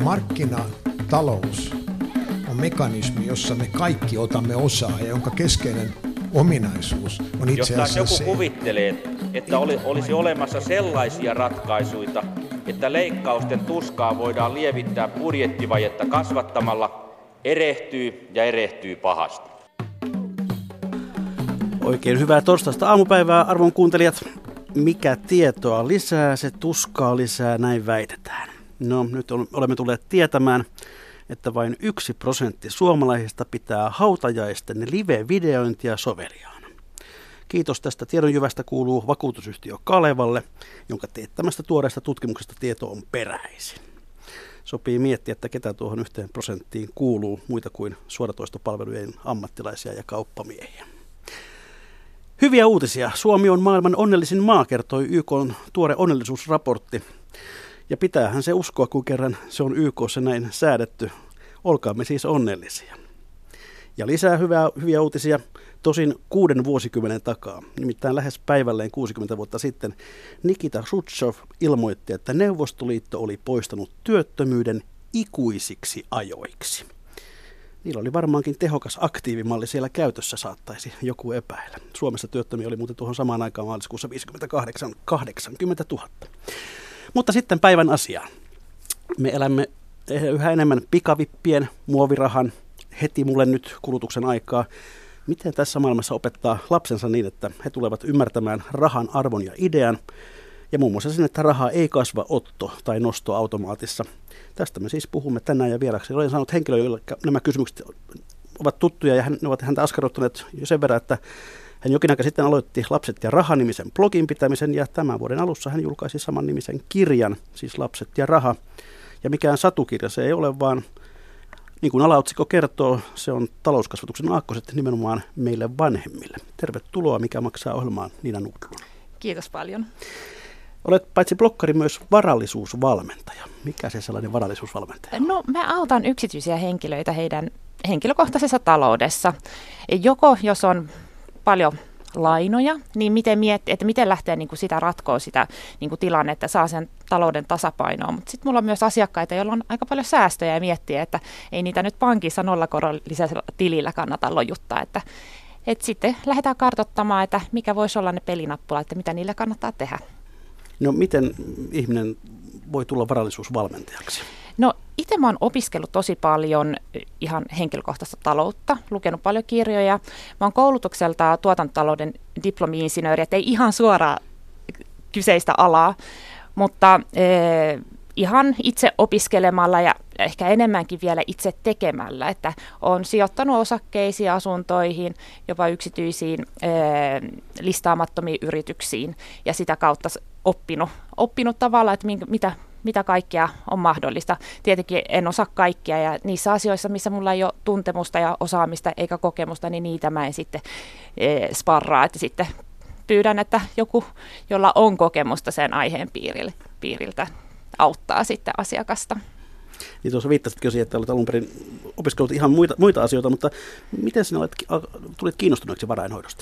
markkinatalous on mekanismi, jossa me kaikki otamme osaa ja jonka keskeinen ominaisuus on itse asiassa jos joku kuvittelee, että olisi olemassa sellaisia ratkaisuja, että leikkausten tuskaa voidaan lievittää budjettivajetta kasvattamalla, erehtyy pahasti. Oikein hyvää torstaista aamupäivää, arvon kuuntelijat. Mikä tietoa lisää, se tuskaa lisää, näin väitetään. No, nyt olemme tulleet tietämään, että vain 1% suomalaisista pitää hautajaisten live-videointia soveliaana. Kiitos tästä tiedonjyvästä kuuluu vakuutusyhtiö Kalevalle, jonka teettämästä tuoreesta tutkimuksesta tieto on peräisin. Sopii miettiä, että ketä tuohon 1% kuuluu muita kuin suoratoistopalvelujen ammattilaisia ja kauppamiehiä. Hyviä uutisia. Suomi on maailman onnellisin maa, kertoi YK:n tuore onnellisuusraportti. Ja pitäähän se uskoa, kun kerran se on YK:ssa näin säädetty. Olkaamme siis onnellisia. Ja lisää hyviä uutisia, tosin 6 vuosikymmenen takaa. Nimittäin lähes päivälleen 60 vuotta sitten Nikita Khrushchev ilmoitti, että Neuvostoliitto oli poistanut työttömyyden ikuisiksi ajoiksi. Niillä oli varmaankin tehokas aktiivimalli siellä käytössä, saattaisi joku epäillä. Suomessa työttömiä oli muuten tuohon samaan aikaan maaliskuussa 58 80 000. Mutta sitten päivän asiaan. Me elämme yhä enemmän pikavippien, muovirahan, heti mulle nyt kulutuksen aikaa. Miten tässä maailmassa opettaa lapsensa niin, että he tulevat ymmärtämään rahan arvon ja idean, ja muun muassa sen, että raha ei kasva otto- tai nostoautomaatissa. Tästä me siis puhumme tänään ja vieraksi. Olen saanut henkilöä, joille nämä kysymykset ovat tuttuja ja ne ovat häntä askarruttaneet jo sen verran, että hän jokin aika sitten aloitti Lapset ja raha-nimisen blogin pitämisen ja tämän vuoden alussa hän julkaisi saman nimisen kirjan, siis Lapset ja raha. Ja mikään satukirja se ei ole, vaan niin kuin alaotsikko kertoo, se on talouskasvatuksen aakkoset nimenomaan meille vanhemmille. Tervetuloa, mikä maksaa ohjelmaan Niina Nudlund. Kiitos paljon. Olet paitsi blokkari myös varallisuusvalmentaja. Mikä se sellainen varallisuusvalmentaja on? No, mä autan yksityisiä henkilöitä heidän henkilökohtaisessa taloudessa. Joko jos on paljon lainoja, niin miten lähtee niin kuin sitä ratkoa sitä niin kuin tilannetta, saa sen talouden tasapainoon. Mutta sitten mulla on myös asiakkaita, joilla on aika paljon säästöjä ja miettiä, että ei niitä nyt pankissa nollakorollisella tilillä kannata lojuttaa. Että sitten lähdetään kartoittamaan, että mikä voisi olla ne pelinappula, että mitä niille kannattaa tehdä. No miten ihminen voi tulla varallisuusvalmentajaksi? No itse mä oon opiskellut tosi paljon ihan henkilökohtaista taloutta, lukenut paljon kirjoja. Mä oon koulutukselta tuotantotalouden diplomi-insinööri, että ei ihan suoraan kyseistä alaa, mutta ihan itse opiskelemalla ja ehkä enemmänkin vielä itse tekemällä, että olen sijoittanut osakkeisiin, asuntoihin, jopa yksityisiin listaamattomiin yrityksiin ja sitä kautta oppinut tavallaan, että mitä kaikkea on mahdollista. Tietenkin en osaa kaikkia ja niissä asioissa, missä mulla ei ole tuntemusta ja osaamista eikä kokemusta, niin niitä mä en sitten sparraa, että sitten pyydän, että joku, jolla on kokemusta sen aiheen piiriltä, auttaa sitten asiakasta. Niin tuossa viittasitkin siihen, että olet alun perin opiskellut ihan muita asioita, mutta miten sinä tulit kiinnostuneeksi varainhoidosta?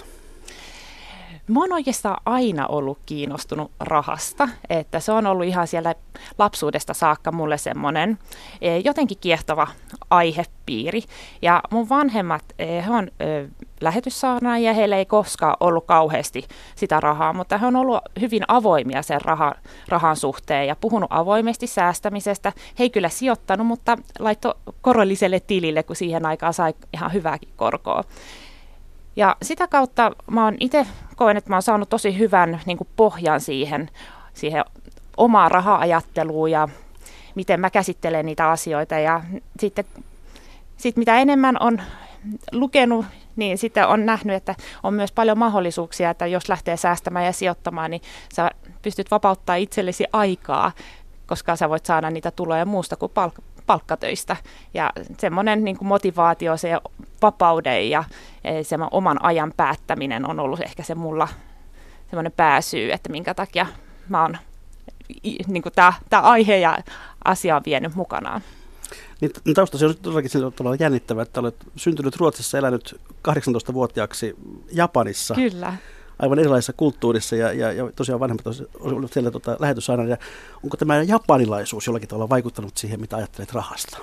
Mä oon oikeastaan aina ollut kiinnostunut rahasta, että se on ollut ihan siellä lapsuudesta saakka mulle semmoinen jotenkin kiehtova aihepiiri. Ja mun vanhemmat, he on lähetyssaarnaajia, heillä ei koskaan ollut kauheasti sitä rahaa, mutta he on ollut hyvin avoimia sen rahan suhteen ja puhunut avoimesti säästämisestä. He ei kyllä sijoittanut, mutta laittoi korolliselle tilille, kun siihen aikaan sai ihan hyvääkin korkoa. Ja sitä kautta mä oon itse koen, että mä oon saanut tosi hyvän niin kuin pohjan siihen omaan raha-ajatteluun ja miten mä käsittelen niitä asioita. Ja sitten mitä enemmän on lukenut, niin sitten on nähnyt, että on myös paljon mahdollisuuksia, että jos lähtee säästämään ja sijoittamaan, niin sä pystyt vapauttamaan itsellesi aikaa, koska sä voit saada niitä tuloja muusta kuin palkkatöistä. Ja semmoinen niin kuin motivaatio, se vapauden ja se oman ajan päättäminen on ollut ehkä se mulla semmoinen pääsyy, että minkä takia mä oon niin kuin tämä aihe ja asia on vienyt mukanaan. Niin taustasi on todellakin sillä tavalla jännittävää, että olet syntynyt Ruotsissa, elänyt 18-vuotiaaksi Japanissa. Kyllä. aivan erilaisessa kulttuurissa ja tosiaan vanhemmat olivat siellä lähetysaina. Ja onko tämä japanilaisuus jollakin tavalla vaikuttanut siihen, mitä ajattelet rahasta?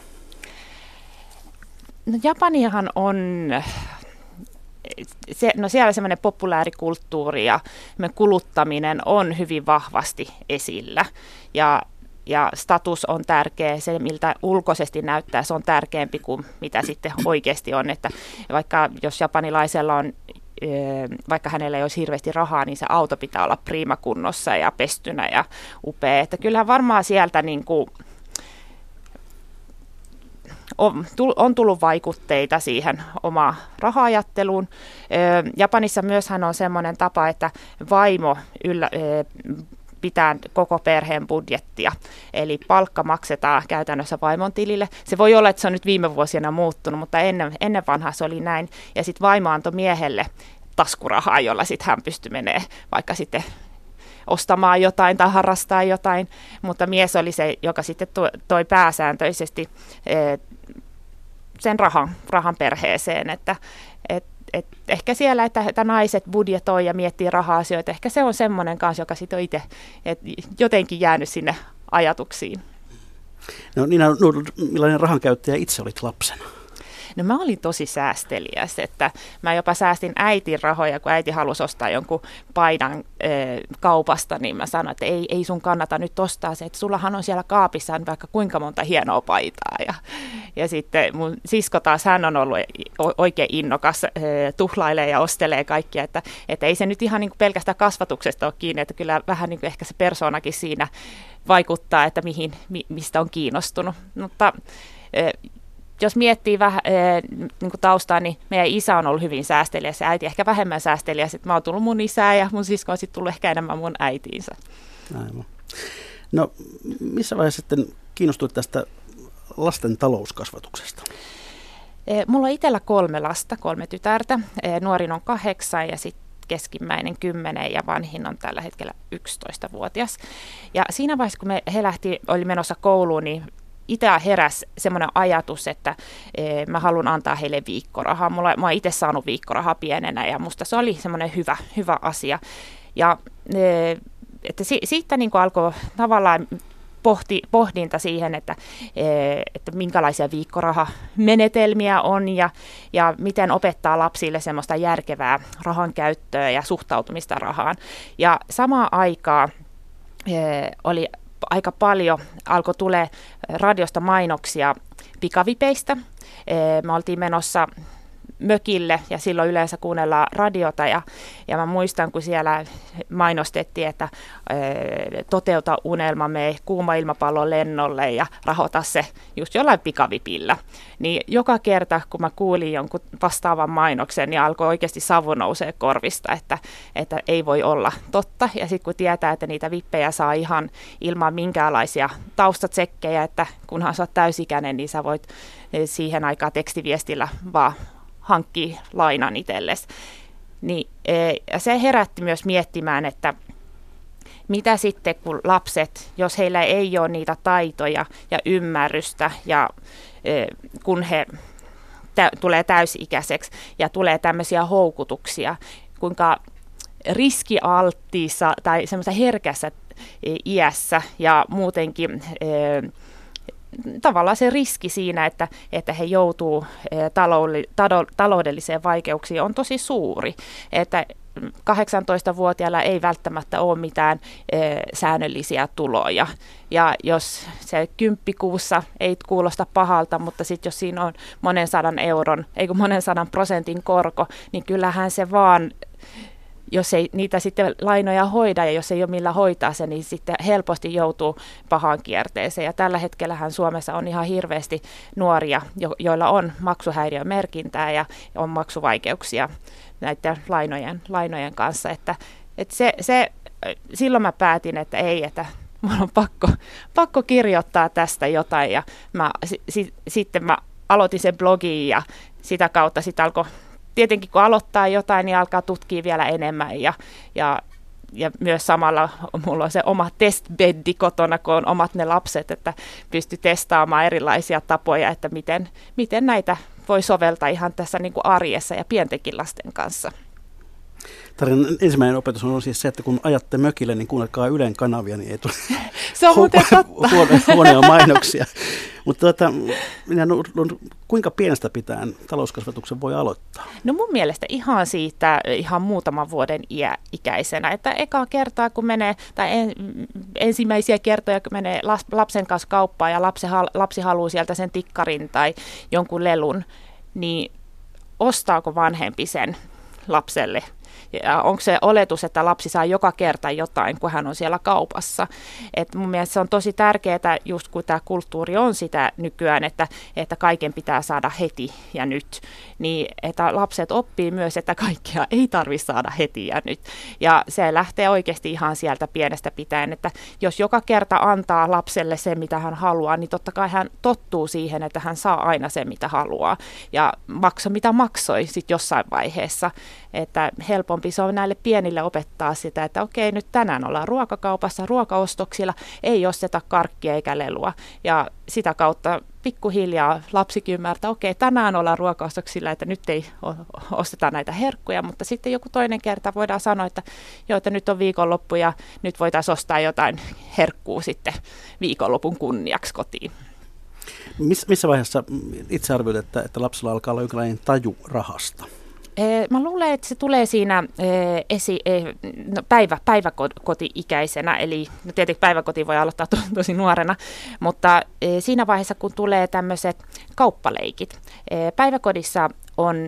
No Japaniahan on, siellä semmoinen populaarikulttuuri ja kuluttaminen on hyvin vahvasti esillä ja status on tärkeä, se miltä ulkoisesti näyttää, se on tärkeämpi kuin mitä sitten oikeasti on, että vaikka jos japanilaisella on, vaikka hänellä ei olisi hirveästi rahaa, niin se auto pitää olla priimakunnossa ja pestynä ja upea, että kyllähän varmaan sieltä niin kuin on tullut vaikutteita siihen omaan raha-ajatteluun. Japanissa myöshän on semmoinen tapa, että vaimo pitää koko perheen budjettia, eli palkka maksetaan käytännössä vaimon tilille. Se voi olla, että se on nyt viime vuosina muuttunut, mutta ennen vanhaa se oli näin. Ja sitten vaimo antoi miehelle taskurahaa, jolla sitten hän pystyi menemään vaikka sitten ostamaan jotain tai harrastaa jotain, mutta mies oli se, joka sitten toi pääsääntöisesti sen rahan perheeseen, että ehkä siellä, että naiset budjetoi ja miettii raha-asioita, ehkä se on semmoinen kanssa, joka sitten on itse jotenkin jäänyt sinne ajatuksiin. No Niina, millainen rahankäyttäjä itse olit lapsena? No mä olin tosi säästeliäs, että mä jopa säästin äitin rahoja, kun äiti halusi ostaa jonkun paidan kaupasta, niin mä sanoin, että ei sun kannata nyt ostaa se, että sullahan on siellä kaapissa vaikka kuinka monta hienoa paitaa. Ja sitten mun sisko taas, hän on ollut oikein innokas, tuhlailee ja ostelee kaikkia, että ei se nyt ihan niin kuin pelkästään kasvatuksesta ole kiinni, että kyllä vähän niin kuin ehkä se persoonakin siinä vaikuttaa, että mistä on kiinnostunut, mutta jos miettii vähän niin kuin taustaa, niin meidän isä on ollut hyvin säästeliäs ja äiti ehkä vähemmän säästeliäs. Mä oon tullut mun isää ja mun sisko on sitten tullut ehkä enemmän mun äitiinsä. Aivan. No missä vaiheessa sitten kiinnostuit tästä lasten talouskasvatuksesta? Mulla on itsellä 3 lasta, 3 tytärtä. Nuorin on 8 ja sitten keskimmäinen 10 ja vanhin on tällä hetkellä 11-vuotias. Ja siinä vaiheessa, kun oli menossa kouluun, niin itse heräsi semmoinen ajatus, että mä haluan antaa heille viikkorahaa. Mä oon itse saanut viikkorahaa pienenä ja musta se oli semmoinen hyvä asia. Ja että siitä niin kuin alkoi tavallaan pohdinta siihen, että minkälaisia viikkorahamenetelmiä on ja miten opettaa lapsille semmoista järkevää rahan käyttöä ja suhtautumista rahaan. Ja samaan aikaan oli aika paljon, alkoi tulee radiosta mainoksia pikavipeistä. Me oltiin menossa mökille ja silloin yleensä kuunnellaan radiota ja mä muistan, kun siellä mainostettiin, että toteuta unelma, mene kuuma ilmapallon lennolle ja rahoita se just jollain pikavipillä. Niin joka kerta, kun mä kuulin jonkun vastaavan mainoksen, niin alkoi oikeasti savu nousee korvista, että ei voi olla totta. Ja sitten kun tietää, että niitä vippejä saa ihan ilman minkäänlaisia taustatsekkejä, että kunhan sä oot täysikäinen, niin sä voit siihen aikaan tekstiviestillä vaan hankkii lainan itsellesi. Niin, se herätti myös miettimään, että mitä sitten kun lapset, jos heillä ei ole niitä taitoja ja ymmärrystä ja kun he tulee täysi-ikäiseksi ja tulee tämmöisiä houkutuksia, kuinka riskialttiissa tai semmoisessa herkässä iässä ja muutenkin tavallaan se riski siinä, että he joutuu taloudelliseen vaikeuksiin on tosi suuri, että 18-vuotiailla ei välttämättä ole mitään säännöllisiä tuloja. Ja jos se 10 kuussa ei kuulosta pahalta, mutta sitten jos siinä on monen sadan prosentin korko, niin kyllähän se vaan, jos ei niitä sitten lainoja hoida ja jos ei ole millä hoitaa se, niin sitten helposti joutuu pahaan kierteeseen. Ja tällä hetkellähän Suomessa on ihan hirveästi nuoria, joilla on maksuhäiriömerkintää ja on maksuvaikeuksia näiden lainojen kanssa. Että silloin mä päätin, että ei, että mun on pakko kirjoittaa tästä jotain. Ja sitten mä aloitin sen blogin ja sitä kautta sitten alkoi. Tietenkin kun aloittaa jotain, niin alkaa tutkia vielä enemmän ja myös samalla mulla on se oma testbeddi kotona, kun on omat ne lapset, että pystyy testaamaan erilaisia tapoja, että miten näitä voi soveltaa ihan tässä niin kuin arjessa ja pientenkin lasten kanssa. Tarinan ensimmäinen opetus on siis se, että kun ajatte mökille, niin kuunnelkaa Ylen kanavia, niin ei tule se on muuten totta. huonoja mainoksia. Mutta kuinka pienestä pitäen talouskasvatuksen voi aloittaa? No mun mielestä ihan siitä ihan muutaman vuoden ikäisenä, että ekaa kertaa kun menee, tai ensimmäisiä kertoja kun menee lapsen kanssa kauppaan ja lapsi haluaa sieltä sen tikkarin tai jonkun lelun, niin ostaako vanhempi sen lapselle? Ja onko se oletus, että lapsi saa joka kerta jotain, kun hän on siellä kaupassa. Et mun mielestä se on tosi tärkeää, just kun tämä kulttuuri on sitä nykyään, että kaiken pitää saada heti ja nyt. Niin että lapset oppii myös, että kaikkea ei tarvitse saada heti ja nyt. Ja se lähtee oikeasti ihan sieltä pienestä pitäen, että jos joka kerta antaa lapselle se, mitä hän haluaa, niin totta kai hän tottuu siihen, että hän saa aina se, mitä haluaa. Ja mitä maksoi sitten jossain vaiheessa. Että helpompi se on näille pienille opettaa sitä, että okei, nyt tänään ollaan ruokakaupassa, ruokaostoksilla, ei osteta karkkia eikä lelua. Ja sitä kautta pikkuhiljaa lapsikin ymmärtää, okei, tänään ollaan ruokaostoksilla, että nyt ei osteta näitä herkkuja, mutta sitten joku toinen kerta voidaan sanoa, että joo, että nyt on viikonloppu ja nyt voitaisiin ostaa jotain herkkuu sitten viikonlopun kunniaksi kotiin. Missä vaiheessa itse arvioit, että lapsella alkaa olla jonkinlainen taju rahasta? Mä luulen, että se tulee siinä päiväkoti-ikäisenä, eli no tietenkin päiväkoti voi aloittaa tosi nuorena, mutta siinä vaiheessa, kun tulee tämmöiset kauppaleikit. Päiväkodissa on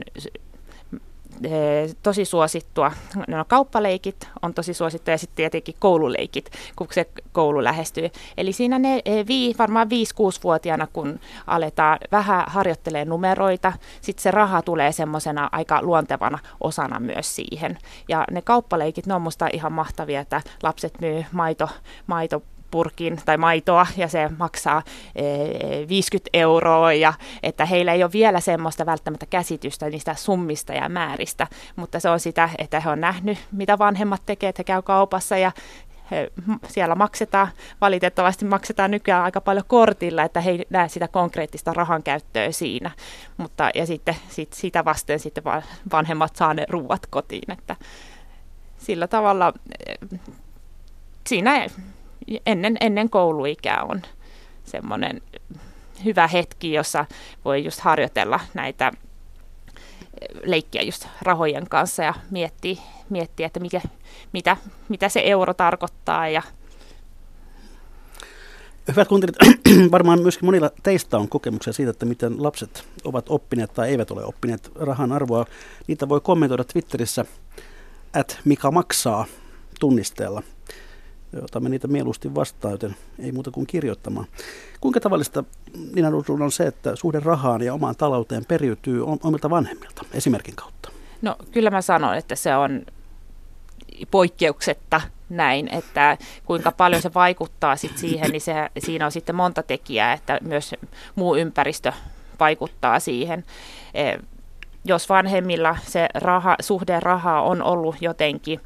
tosi suosittua, no, kauppaleikit on tosi suosittua ja sitten tietenkin koululeikit, kun se koulu lähestyy. Eli siinä ne varmaan 5-6-vuotiaana, kun aletaan vähän harjoittelemaan numeroita, sitten se raha tulee semmoisena aika luontevana osana myös siihen. Ja ne kauppaleikit, ne on musta ihan mahtavia, että lapset myy maitopurkin tai maitoa ja se maksaa 50 € ja että heillä ei ole vielä semmoista välttämättä käsitystä niistä summista ja määristä, mutta se on sitä, että he on nähnyt, mitä vanhemmat tekee, että he käy kaupassa ja siellä valitettavasti maksetaan nykyään aika paljon kortilla, että he ei näe sitä konkreettista rahan käyttöä siinä, mutta ja sitten sitä vasten sitten vanhemmat saa ne ruuat kotiin, että sillä tavalla siinä ennen kouluikää on semmoinen hyvä hetki, jossa voi just harjoitella näitä leikkiä just rahojen kanssa ja miettiä että mitä se euro tarkoittaa. Ja hyvät kuuntelijat, varmaan myöskin monilla teistä on kokemuksia siitä, että miten lapset ovat oppineet tai eivät ole oppineet rahan arvoa. Niitä voi kommentoida Twitterissä @mikamaksaa tunnisteella. Otamme niitä mieluusti vastaan, joten ei muuta kuin kirjoittamaan. Kuinka tavallista, Nina Nordlund, on se, että suhde rahaan ja omaan talouteen periytyy omilta vanhemmilta esimerkin kautta? No kyllä mä sanon, että se on poikkeuksetta näin, että kuinka paljon se vaikuttaa sit siihen, niin siinä on sitten monta tekijää, että myös muu ympäristö vaikuttaa siihen. Jos vanhemmilla se suhde rahaa on ollut jotenkin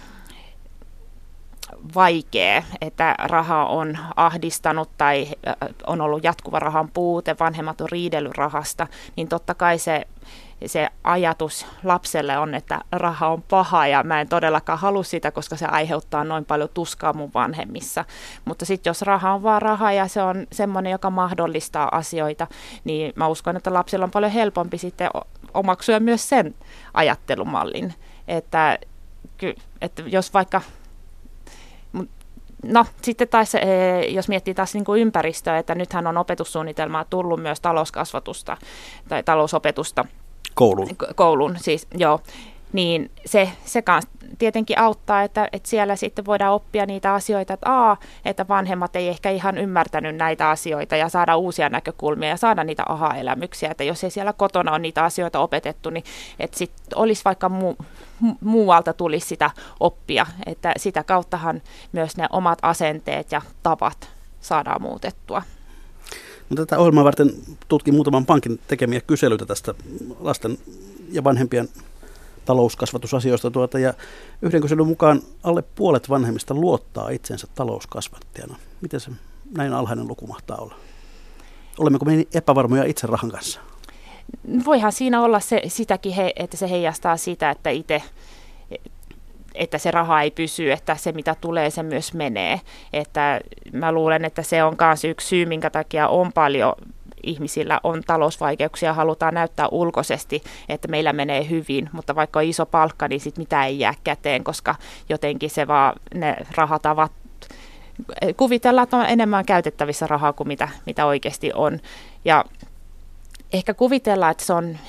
vaikea, että raha on ahdistanut tai on ollut jatkuva rahan puute, vanhemmat on riidellyt rahasta, niin totta kai se ajatus lapselle on, että raha on paha ja mä en todellakaan halua sitä, koska se aiheuttaa noin paljon tuskaa mun vanhemmissa. Mutta sitten jos raha on vaan raha ja se on semmoinen, joka mahdollistaa asioita, niin mä uskon, että lapsilla on paljon helpompi sitten omaksua myös sen ajattelumallin. Että jos vaikka no sitten taas, jos miettii taas niin kuin ympäristöä, että nythän on opetussuunnitelmaa tullut myös talouskasvatusta tai talousopetusta kouluun siis, joo, niin se kanssa tietenkin auttaa, että siellä sitten voidaan oppia niitä asioita, että vanhemmat ei ehkä ihan ymmärtänyt näitä asioita ja saada uusia näkökulmia ja saada niitä aha-elämyksiä, että jos ei siellä kotona ole niitä asioita opetettu, niin että sitten olisi vaikka muualta tulisi sitä oppia, että sitä kauttahan myös ne omat asenteet ja tavat saadaan muutettua. No, tätä ohjelmaa varten tutkin muutaman pankin tekemiä kyselyitä tästä lasten ja vanhempien talouskasvatusasioista ja yhden kyselyn mukaan alle puolet vanhemmista luottaa itsensä talouskasvattajana. Miten se näin alhainen luku mahtaa olla? Olemmeko me niin epävarmoja itse rahan kanssa? Voihan siinä olla sitäkin, että se heijastaa sitä, että itse että se raha ei pysy, että se mitä tulee, se myös menee. Että mä luulen, että se on myös yksi syy, minkä takia on paljon ihmisillä on talousvaikeuksia, halutaan näyttää ulkoisesti, että meillä menee hyvin, mutta vaikka on iso palkka, niin sit mitä ei jää käteen, koska jotenkin se vaan ne rahatavat kuvitellaan, että on enemmän käytettävissä rahaa kuin mitä oikeasti on. Ja ehkä kuvitellaan, että se on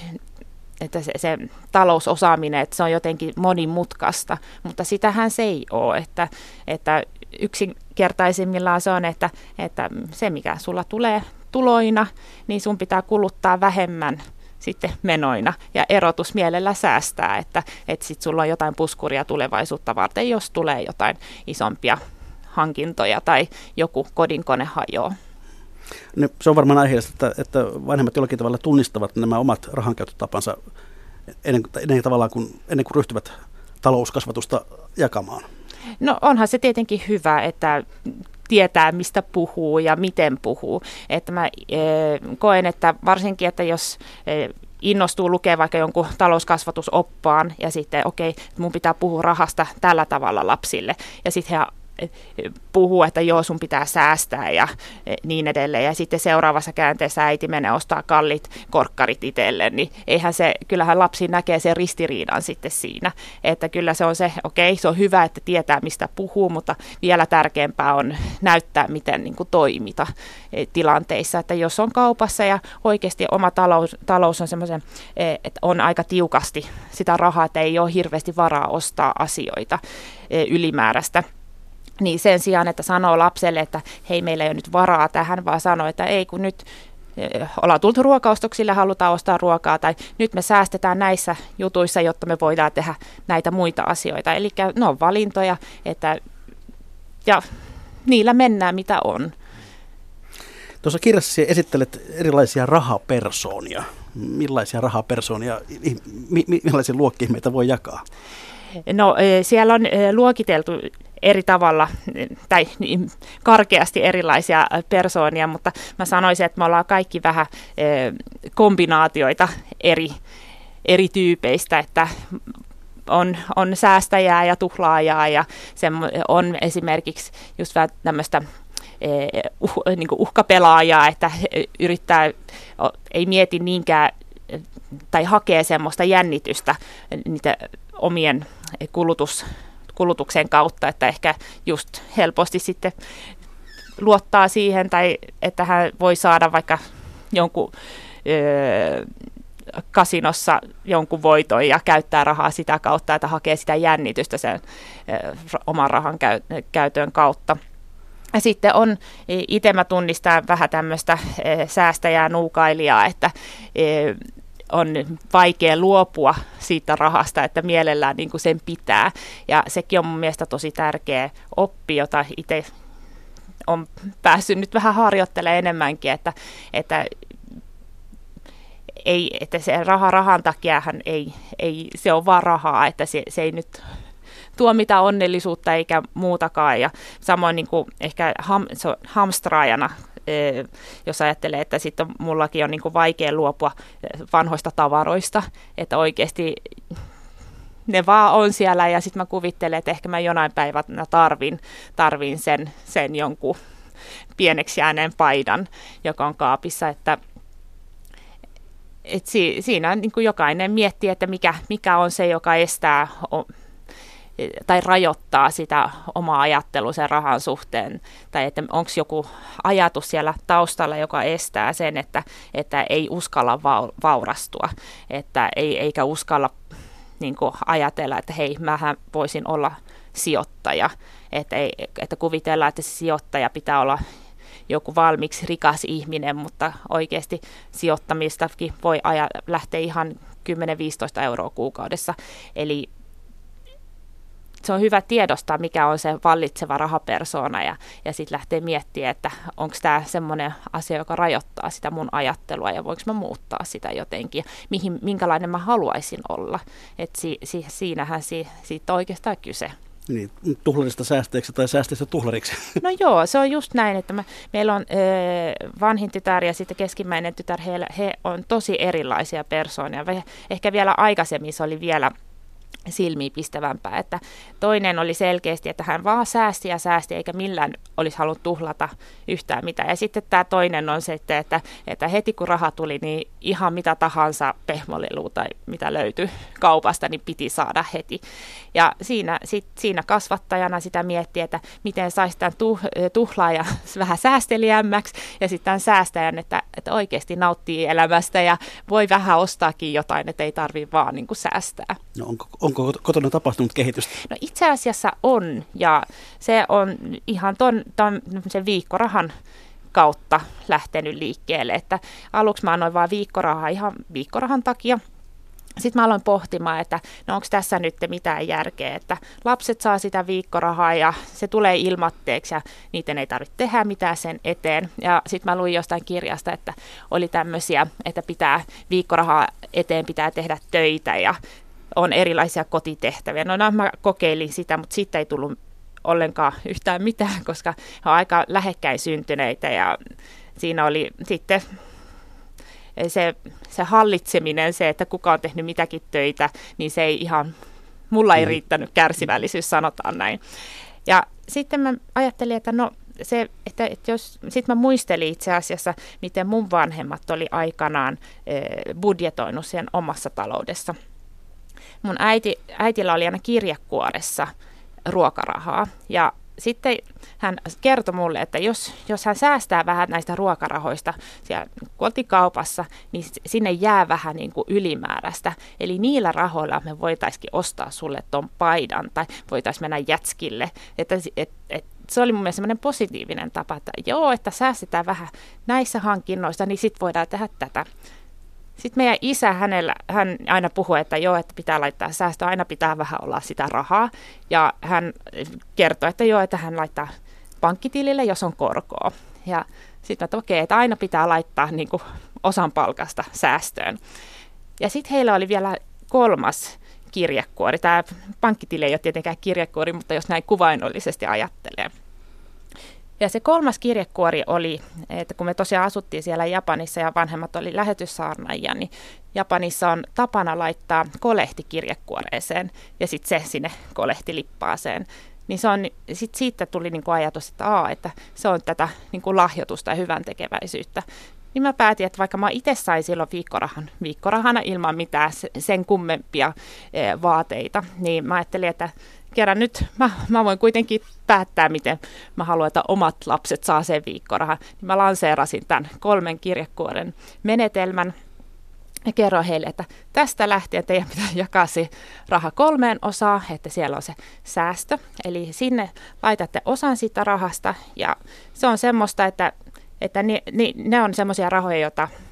se talousosaaminen, että se on jotenkin monimutkaista, mutta sitähän se ei ole, että yksinkertaisimmillaan se on, että se mikä sulla tulee tuloina, niin sun pitää kuluttaa vähemmän sitten menoina ja erotus mielellä säästää, että sit sulla on jotain puskuria tulevaisuutta varten, jos tulee jotain isompia hankintoja tai joku kodinkone hajoaa. No, se on varmaan aiheellista, että vanhemmat jollakin tavalla tunnistavat nämä omat rahankäyttötapansa ennen kuin ryhtyvät talouskasvatusta jakamaan. No onhan se tietenkin hyvä, että tietää, mistä puhuu ja miten puhuu. Että mä koen, että varsinkin, että jos innostuu lukea vaikka jonkun talouskasvatusoppaan ja sitten mun pitää puhua rahasta tällä tavalla lapsille ja sitten he puhuu, että joo, sun pitää säästää ja niin edelleen. Ja sitten seuraavassa käänteessä äiti menee ostaa kalliit korkkarit itselleen, niin kyllähän lapsi näkee sen ristiriidan sitten siinä. Että kyllä se on se on hyvä, että tietää, mistä puhuu, mutta vielä tärkeämpää on näyttää, miten niin kuin toimita tilanteissa. Että jos on kaupassa ja oikeasti oma talous on semmoisen, että on aika tiukasti sitä rahaa, että ei ole hirveästi varaa ostaa asioita ylimääräistä, niin sen sijaan, että sanoo lapselle, että hei, meillä ei ole nyt varaa tähän, vaan sanoo, että ei kun nyt ollaan tultu ruokaostoksille, halutaan ostaa ruokaa, tai nyt me säästetään näissä jutuissa, jotta me voidaan tehdä näitä muita asioita. Eli ne on valintoja, ja niillä mennään mitä on. Tuossa kirjassasi esittelet erilaisia rahapersoonia. Millaisia rahapersoonia, millaisia luokkia meitä voi jakaa? No siellä on luokiteltu eri tavalla tai karkeasti erilaisia persoonia, mutta mä sanoisin, että me ollaan kaikki vähän kombinaatioita eri tyypeistä, että on säästäjää ja tuhlaajaa ja on esimerkiksi just vähän tämmöistä niin kuin uhkapelaajaa, että ei mieti niinkään tai hakee semmoista jännitystä niitä omien kulutuksen kautta, että ehkä just helposti sitten luottaa siihen, tai että hän voi saada vaikka jonkun kasinossa jonkun voiton ja käyttää rahaa sitä kautta, että hakee sitä jännitystä sen oman rahan käytön kautta. Ja sitten itse mä tunnistan vähän tämmöistä säästäjää, nuukailijaa, että on vaikea luopua siitä rahasta, että mielellään niin kuin sen pitää. Ja sekin on mun mielestä tosi tärkeä oppi, jota itse on päässyt nyt vähän harjoittelemaan enemmänkin, että se rahan takiahan ei se on vaan rahaa, että se ei nyt tuo mitään onnellisuutta eikä muutakaan. Ja samoin niin kuin ehkä hamstraajana, jos ajattelee, että sitten mullakin on niin kuin vaikea luopua vanhoista tavaroista, että oikeasti ne vaan on siellä ja sitten mä kuvittelen, että ehkä mä jonain päivänä tarvin sen jonkun pieneksi jääneen paidan, joka on kaapissa, että siinä niin kuin jokainen miettii, että mikä on se, joka estää tai rajoittaa sitä omaa ajattelua sen rahan suhteen, tai että onko joku ajatus siellä taustalla, joka estää sen, että ei uskalla vaurastua, että eikä uskalla niin kuin ajatella, että hei, mähän voisin olla sijoittaja, että kuvitellaan, että se sijoittaja pitää olla joku valmiiksi rikas ihminen, mutta oikeasti sijoittamistakin voi lähteä ihan 10-15 euroa kuukaudessa, eli se on hyvä tiedostaa, mikä on se vallitseva rahapersoona ja sitten lähtee miettimään, että onko tämä semmoinen asia, joka rajoittaa sitä mun ajattelua ja voinko mä muuttaa sitä jotenkin, minkälainen mä haluaisin olla. Että siinähän siitä on oikeastaan kyse. Niin, tuhlarista säästeeksi tai säästeestä tuhlariksi. No joo, se on just näin, että meillä on vanhin tytär ja sitten keskimmäinen tytär, he on tosi erilaisia persoonia. Ehkä vielä aikaisemmin se oli vielä silmiinpistävämpää. Että toinen oli selkeästi, että hän vaan säästi eikä millään olisi halunnut tuhlata yhtään mitään. Ja sitten tämä toinen on se, että heti kun raha tuli, niin ihan mitä tahansa pehmolelua tai mitä löytyi kaupasta, niin piti saada heti. Ja siinä kasvattajana sitä miettii, että miten saisi tämän tuhlaajan vähän säästeliämmäksi ja sitten tämän säästäjän, että oikeasti nauttii elämästä ja voi vähän ostaakin jotain, että ei tarvitse vaan niin kuin säästää. No onko kotona tapahtunut kehitystä? No itse asiassa on, ja se on ihan sen viikkorahan kautta lähtenyt liikkeelle, että aluksi mä annoin vaan viikkorahaa ihan viikkorahan takia. Sitten mä aloin pohtimaan, että no onko tässä nyt mitään järkeä, että lapset saa sitä viikkorahaa ja se tulee ilmatteeksi ja niiden ei tarvitse tehdä mitään sen eteen. Ja sitten mä luin jostain kirjasta, että oli tämmöisiä, että viikkorahaa eteen pitää tehdä töitä ja on erilaisia kotitehtäviä. No mä kokeilin sitä, mutta siitä ei tullut ollenkaan yhtään mitään, koska he on aika lähekkäin syntyneitä ja siinä oli sitten se hallitseminen, se, että kuka on tehnyt mitäkin töitä, niin se ei ihan, mulla ei riittänyt kärsivällisyys, sanotaan näin. Ja sitten mä ajattelin, että sitten mä muistelin itse asiassa, miten mun vanhemmat oli aikanaan budjetoinut sen omassa taloudessa. Mun äitillä oli aina kirjekuoressa ruokarahaa ja sitten hän kertoi mulle, että jos hän säästää vähän näistä ruokarahoista siellä kotikaupassa, niin sinne jää vähän niin kuin ylimääräistä. Eli niillä rahoilla me voitaisiin ostaa sulle ton paidan tai voitaisiin mennä jätskille. Se oli mun mielestä semmoinen positiivinen tapa, että säästetään vähän näissä hankinnoissa, niin sitten voidaan tehdä tätä. Sitten meidän isä, hän aina puhui, että pitää laittaa säästöä, aina pitää vähän olla sitä rahaa. Ja hän kertoi, että hän laittaa pankkitilille, jos on korkoa. Ja sitten että aina pitää laittaa niin kuin osan palkasta säästöön. Ja sitten heillä oli vielä kolmas kirjekuori. Tämä pankkitili ei ole tietenkään kirjekuori, mutta jos näin kuvainnollisesti ajattelee. Ja se kolmas kirjekuori oli, että kun me tosiaan asuttiin siellä Japanissa ja vanhemmat oli lähetyssaarnaajia, niin Japanissa on tapana laittaa kolehti kirjekuoreeseen ja sitten se sinne kolehtilippaaseen. Niin siitä tuli niinku ajatus, että se on tätä niinku lahjoitusta ja hyvän tekeväisyyttä. Niin mä päätin, että vaikka mä itse sain silloin viikkorahana ilman mitään sen kummempia vaateita, niin mä ajattelin, että kerran nyt mä voin kuitenkin päättää, miten mä haluan, että omat lapset saa sen viikkorahan. Niin mä lanseerasin tämän 3 kirjekuoren menetelmän ja kerroin heille, että tästä lähtien teidän pitää jakaa se raha 3 osaan, että siellä on se säästö. Eli sinne laitatte osan siitä rahasta ja se on semmoista, että ne on semmoisia rahoja,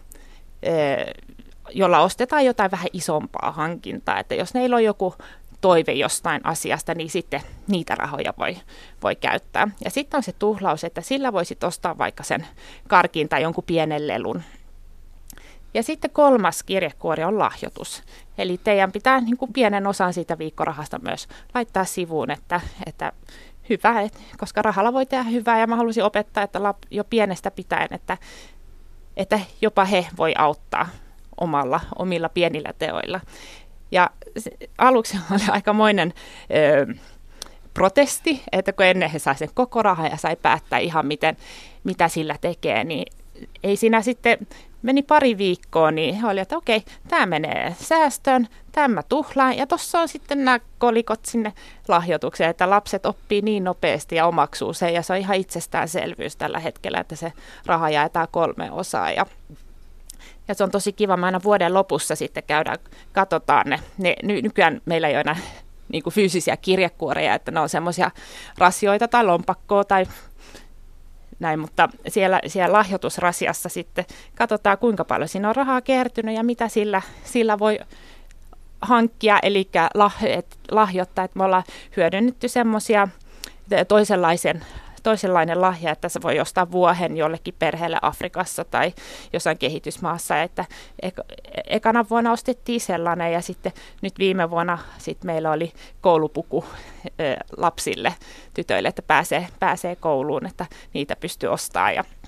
jolla ostetaan jotain vähän isompaa hankintaa. Että jos neillä on joku toive jostain asiasta, niin sitten niitä rahoja voi käyttää. Ja sitten on se tuhlaus, että sillä voisit ostaa vaikka sen karkin tai jonkun pienen lelun. Ja sitten 3. kirjekuori on lahjoitus. Eli teidän pitää niin kuin pienen osan siitä viikkorahasta myös laittaa sivuun, että hyvä, koska rahalla voi tehdä hyvää ja mä haluaisin opettaa, että jo pienestä pitäen, että jopa he voi auttaa omilla pienillä teoilla. Ja aluksi oli aikamoinen protesti, että kun ennen he sai sen koko rahan ja sai päättää ihan mitä sillä tekee, niin ei siinä sitten, meni pari viikkoa, niin he olivat, että okei, tämä menee säästöön, tämä tuhlaan ja tuossa on sitten nämä kolikot sinne lahjoitukseen, että lapset oppii niin nopeasti ja omaksuu sen ja se on ihan itsestäänselvyys tällä hetkellä, että se raha jaetaan 3 osaan ja se on tosi kiva, mä aina vuoden lopussa sitten katsotaan ne nykyään meillä ei ole enää niin kuin fyysisiä kirjekuoreja, että ne on semmoisia rasioita tai lompakkoa tai näin, mutta siellä lahjoitusrasiassa sitten katsotaan, kuinka paljon siinä on rahaa kertynyt ja mitä sillä voi hankkia, eli lahjoittaa, että me ollaan hyödynnetty semmoisia toisenlainen lahja, että se voi ostaa vuohen jollekin perheelle Afrikassa tai jossain kehitysmaassa, että ekana vuonna ostettiin sellainen ja sitten nyt viime vuonna sitten meillä oli koulupuku lapsille, tytöille, että pääsee kouluun, että niitä pystyy ostamaan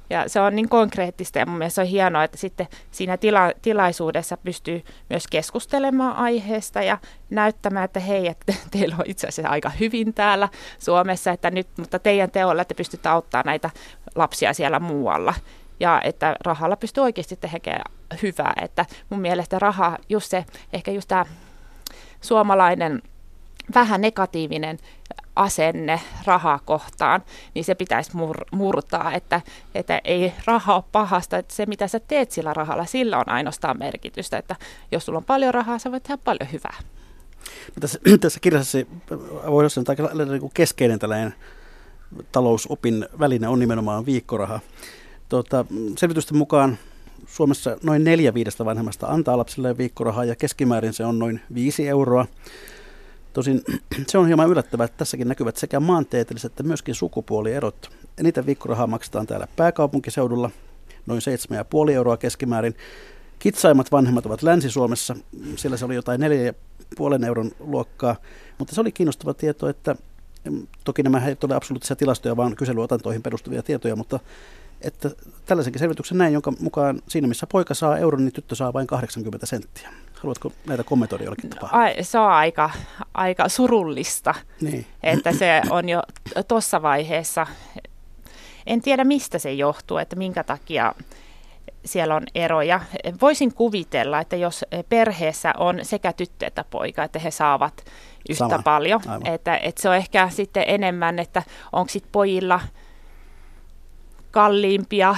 Ja se on niin konkreettista ja mun mielestä se on hienoa, että sitten siinä tilaisuudessa pystyy myös keskustelemaan aiheesta ja näyttämään, että hei, että teillä on itse asiassa aika hyvin täällä Suomessa, että nyt, mutta teidän teolla te pystytte auttamaan näitä lapsia siellä muualla. Ja että rahalla pystyy oikeasti tekemään hyvää. Että mun mielestä raha, just se, ehkä just tämä suomalainen vähän negatiivinen asenne rahaa kohtaan, niin se pitäisi murtaa, että ei raha ole pahasta, että se mitä sä teet sillä rahalla, sillä on ainoastaan merkitystä, että jos sulla on paljon rahaa, sä voit tehdä paljon hyvää. Tässä kirjassa voi sanoa, että aika keskeinen tällainen talousopin väline on nimenomaan viikkoraha. Selvitysten mukaan Suomessa noin 4/5 vanhemmasta antaa lapsille viikkorahaa ja keskimäärin se on noin 5 euroa. Tosin se on hieman yllättävää, että tässäkin näkyvät sekä maantieteelliset että myöskin sukupuolierot. Eniten viikkorahaa maksetaan täällä pääkaupunkiseudulla, noin 7,5 euroa keskimäärin. Kitsaimmat vanhemmat ovat Länsi-Suomessa, siellä se oli jotain 4,5 euron luokkaa, mutta se oli kiinnostava tieto, että toki nämä eivät ole absoluuttisia tilastoja, vaan kyselyotantoihin perustuvia tietoja, mutta että tällaisenkin selvityksen näin, jonka mukaan siinä missä poika saa euron, niin tyttö saa vain 80 senttiä. Haluatko näitä kommentoida jollakin tapaa? Se on aika surullista, niin. Että se on jo tuossa vaiheessa. En tiedä mistä se johtuu, että minkä takia siellä on eroja. Voisin kuvitella, että jos perheessä on sekä tyttö että poika, että he saavat yhtä paljon. Että se on ehkä sitten enemmän, että onko sitten pojilla kalliimpia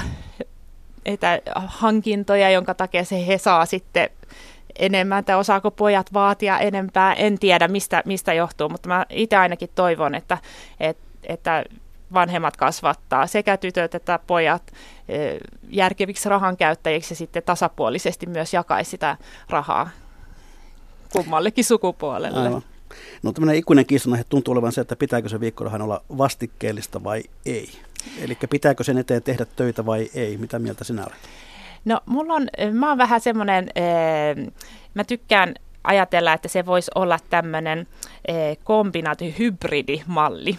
hankintoja, jonka takia he saa sitten enemmän, tai osaako pojat vaatia enempää, en tiedä mistä johtuu, mutta mä itse ainakin toivon, että vanhemmat kasvattaa sekä tytöt että pojat järkeviksi rahankäyttäjiksi ja sitten tasapuolisesti myös jakaisi sitä rahaa kummallekin sukupuolelle. Aivan. No tämmöinen ikuinen kiistonaihe tuntuu olevan se, että pitääkö se viikkorahan olla vastikkeellista vai ei. Eli pitääkö sen eteen tehdä töitä vai ei? Mitä mieltä sinä olet? No mä oon vähän semmoinen, mä tykkään ajatella, että se voisi olla tämmöinen kombinaatio, hybridimalli.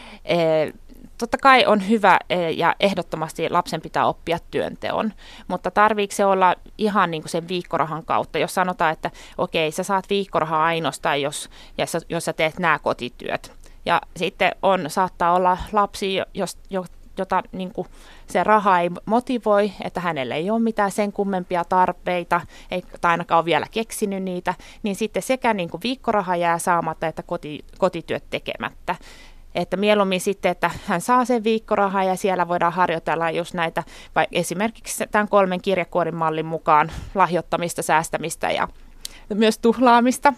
Totta kai on hyvä ja ehdottomasti lapsen pitää oppia työnteon, mutta tarviiko se olla ihan niin kuin sen viikkorahan kautta, jos sanotaan, että okei, sä saat viikkorahaa ainoastaan, jos sä teet nämä kotityöt. Ja sitten saattaa olla lapsi, jota niin kuin se raha ei motivoi, että hänellä ei ole mitään sen kummempia tarpeita, tai ainakaan ole vielä keksinyt niitä, niin sitten sekä niin kuin viikkoraha jää saamatta, että kotityöt tekemättä. Että mieluummin sitten, että hän saa sen viikkorahaa ja siellä voidaan harjoitella just näitä, vaikka esimerkiksi tämän 3 kirjekuorin mallin mukaan lahjoittamista, säästämistä ja myös tuhlaamista.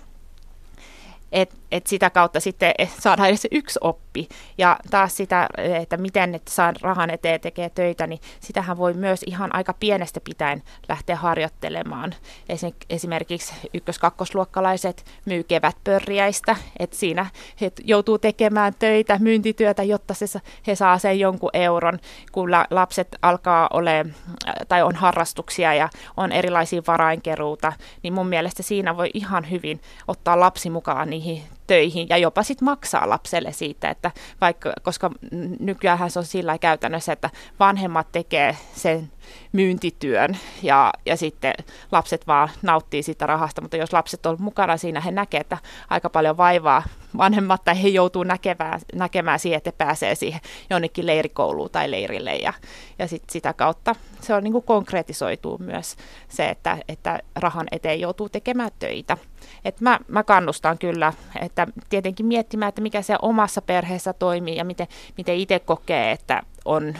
Et sitä kautta sitten saadaan edes yksi oppi. Ja taas sitä, että miten että saa rahan eteen tekee töitä, niin sitähän voi myös ihan aika pienestä pitäen lähteä harjoittelemaan. Esimerkiksi 1-2-luokkalaiset myy kevätpörriäistä, että siinä he joutuu tekemään töitä, myyntityötä, jotta he saa sen jonkun euron, kun lapset alkaa olemaan, tai on harrastuksia ja on erilaisia varainkeruuta, niin mun mielestä siinä voi ihan hyvin ottaa lapsi mukaan niihin töihin ja jopa sitten maksaa lapselle siitä, että koska nykyään se on sillä käytännössä, että vanhemmat tekee sen myyntityön ja sitten lapset vaan nauttii siitä rahasta, mutta jos lapset on mukana siinä, he näkevät, että aika paljon vaivaa vanhemmat tai he joutuu näkemään siihen, että pääsee siihen jonnekin leirikouluun tai leirille ja sitä kautta se on niin kuin konkretisoituu myös se, että rahan eteen joutuu tekemään töitä. Et mä kannustan kyllä, että tietenkin miettimään, että mikä se omassa perheessä toimii ja miten itse kokee, että on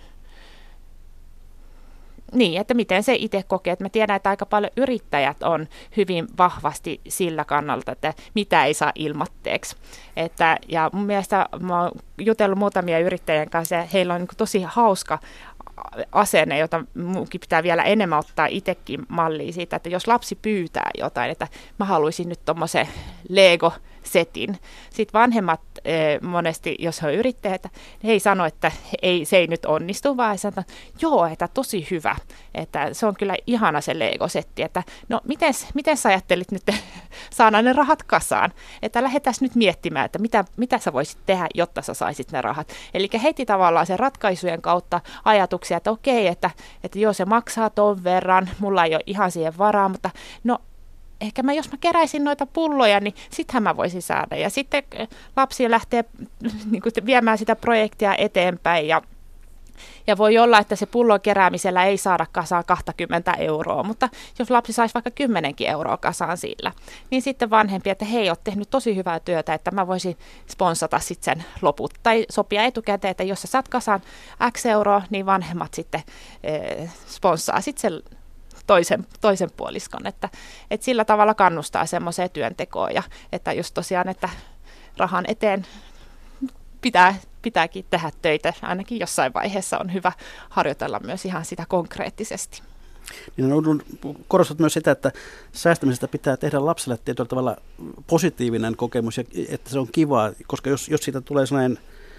niin, että miten se itse kokee. Että mä tiedän, että aika paljon yrittäjät on hyvin vahvasti sillä kannalta, että mitä ei saa ilmatteeksi. Ja mun mielestä mä oon jutellut muutamia yrittäjien kanssa ja heillä on niin kuin tosi hauska asenne, jota munkin pitää vielä enemmän ottaa itsekin mallia siitä, että jos lapsi pyytää jotain, että mä haluaisin nyt tommosen Lego setin. Sitten vanhemmat monesti, jos he on yrittäjät, he ei sano, että se ei nyt onnistu, vaan he sanoo, että joo, että tosi hyvä, että se on kyllä ihana se Lego-setti, että no miten sä ajattelit nyt saada ne rahat kasaan, että lähdetään nyt miettimään, että mitä sä voisit tehdä, jotta sä saisit ne rahat. Eli heti tavallaan sen ratkaisujen kautta ajatuksia, että okei, että joo, se maksaa ton verran, mulla ei ole ihan siihen varaa, mutta no ehkä jos mä keräisin noita pulloja, niin sittenhän mä voisin saada. Ja sitten lapsi lähtee niin kuin viemään sitä projektia eteenpäin ja voi olla, että se pullon keräämisellä ei saada kasaan 20 €, mutta jos lapsi saisi vaikka 10 € kasaan sillä, niin sitten vanhempi, että hei, oot tehnyt tosi hyvää työtä, että mä voisin sponsata sitten sen loput. Tai sopia etukäteen, että jos sä saat kasaan X €, niin vanhemmat sitten sponssaa sitten sen toisen puoliskon, että sillä tavalla kannustaa semmoiseen työntekoon ja että just tosiaan, että rahan eteen pitääkin tehdä töitä, ainakin jossain vaiheessa on hyvä harjoitella myös ihan sitä konkreettisesti. Niin korostat myös sitä, että säästämisestä pitää tehdä lapselle tietyllä tavalla positiivinen kokemus ja että se on kivaa, koska jos siitä tulee sellainen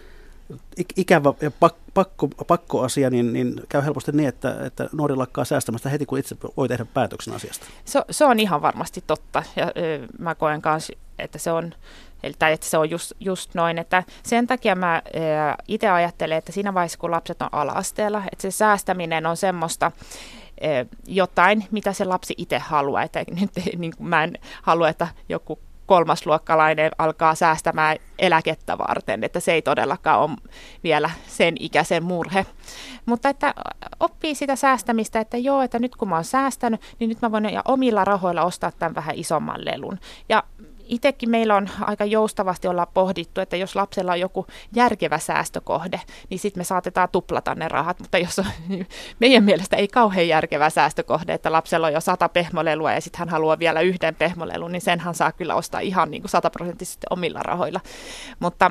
ikävä ja pakkoasia, niin käy helposti niin, että nuori lakkaa säästämästä heti, kun itse voi tehdä päätöksen asiasta. Se on ihan varmasti totta, ja mä koen myös, että se on, tai että se on just noin, että sen takia mä itse ajattelen, että siinä vaiheessa, kun lapset on ala-asteella, että se säästäminen on semmoista jotain, mitä se lapsi itse haluaa, että nyt niin mä en halua, että joku kolmasluokkalainen alkaa säästämään eläkettä varten, että se ei todellakaan ole vielä sen ikäisen murhe. Mutta että oppii sitä säästämistä, että joo, että nyt kun mä oon säästänyt, niin nyt mä voin omilla rahoilla ostaa tämän vähän isomman lelun. Ja itsekin meillä on aika joustavasti olla pohdittu, että jos lapsella on joku järkevä säästökohde, niin sitten me saatetaan tuplata ne rahat, mutta jos on meidän mielestä ei kauhean järkevä säästökohde, että lapsella on jo 100 pehmolelua ja sitten hän haluaa vielä 1 pehmolelun, niin senhän saa kyllä ostaa ihan niin kuin 100% omilla rahoilla. Mutta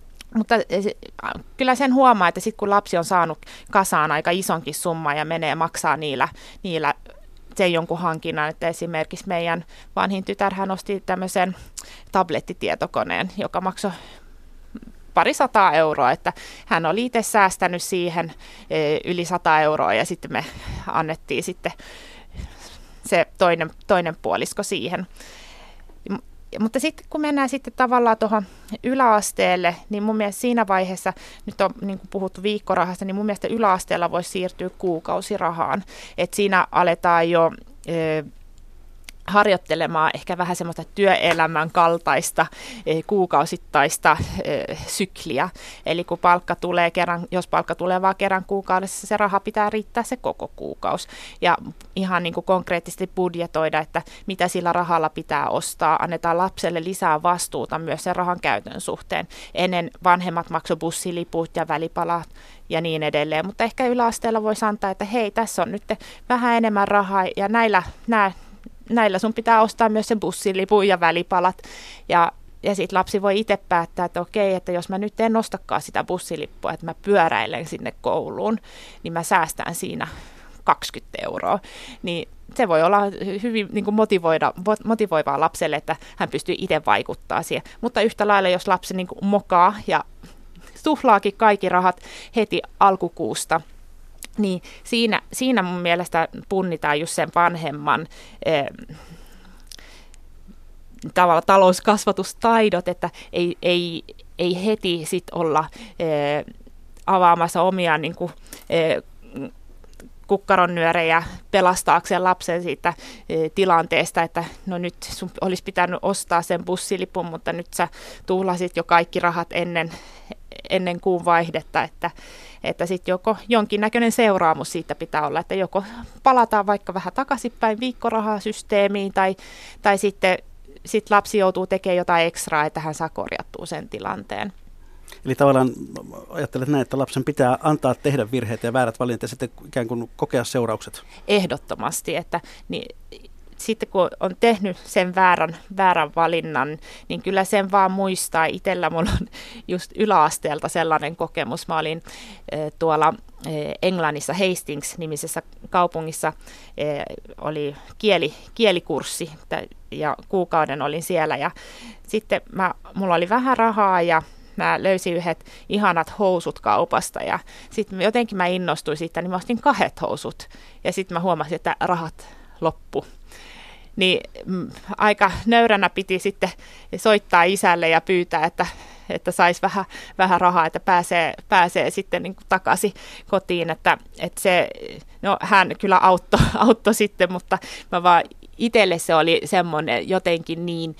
kyllä sen huomaa, että sitten kun lapsi on saanut kasaan aika isonkin summan ja menee maksaa niillä sen jonkun hankinnan, että esimerkiksi meidän vanhin tytärhän osti tämmöisen tablettitietokoneen, joka maksoi 200 €, että hän oli itse säästänyt siihen yli 100 € ja sitten me annettiin sitten se toinen puolisko siihen. Mutta sitten kun mennään sitten tavallaan tuohon yläasteelle, niin mun mielestä siinä vaiheessa, nyt on niin kuin puhuttu viikkorahasta, niin mun mielestä yläasteella voisi siirtyä kuukausirahaan. Että siinä aletaan jo harjoittelemaan ehkä vähän semmoista työelämän kaltaista kuukausittaista sykliä. Eli kun jos palkka tulee vaan kerran kuukaudessa, se raha pitää riittää se koko kuukausi. Ja ihan niin kuin konkreettisesti budjetoida, että mitä sillä rahalla pitää ostaa. Annetaan lapselle lisää vastuuta myös sen rahan käytön suhteen. Ennen vanhemmat maksoi bussiliput ja välipalat ja niin edelleen. Mutta ehkä yläasteella voisi antaa, että hei, tässä on nyt vähän enemmän rahaa ja näillä sun pitää ostaa myös se bussilipun ja välipalat. Ja sitten lapsi voi itse päättää, että okei, että jos mä nyt en ostakaan sitä bussilippua, että mä pyöräilen sinne kouluun, niin mä säästän siinä 20 €. Niin se voi olla hyvin niin kuin motivoivaa lapselle, että hän pystyy itse vaikuttamaan siihen. Mutta yhtä lailla, jos lapsi niin kuin mokaa ja tuhlaakin kaikki rahat heti alkukuusta, niin siinä mun mielestä punnitaan just sen vanhemman tavallaan talouskasvatustaidot, että ei heti sit olla avaamassa omia niin kuin, kukkaronnyörejä pelastaakseen lapsen siitä tilanteesta, että no nyt sun olisi pitänyt ostaa sen bussilipun, mutta nyt sä tuhlasit jo kaikki rahat ennen kuun vaihdetta, että sitten joko jonkinnäköinen seuraamus siitä pitää olla, että joko palataan vaikka vähän takaisinpäin viikkorahasysteemiin tai sitten lapsi joutuu tekemään jotain ekstraa, että hän saa korjattua sen tilanteen. Eli tavallaan ajattelet näin, että lapsen pitää antaa tehdä virheitä ja väärät valinnat ja sitten ikään kuin kokea seuraukset. Ehdottomasti, että sitten kun on tehnyt sen väärän valinnan, niin kyllä sen vaan muistaa. Itsellä mulla on just yläasteelta sellainen kokemus. Mä olin tuolla Englannissa Hastings-nimisessä kaupungissa, oli kielikurssi ja kuukauden olin siellä. Ja sitten mulla oli vähän rahaa ja mä löysin yhdet ihanat housut kaupasta ja sitten jotenkin mä innostuin siitä, niin mä ostin 2 housut ja sitten mä huomasin, että rahat loppu. Niin aika nöyränä piti sitten soittaa isälle ja pyytää, että saisi vähän rahaa, että pääsee sitten niin kuin takaisin kotiin. Että se, no, hän kyllä auttoi sitten, mutta mä vaan itselle se oli semmoinen jotenkin niin...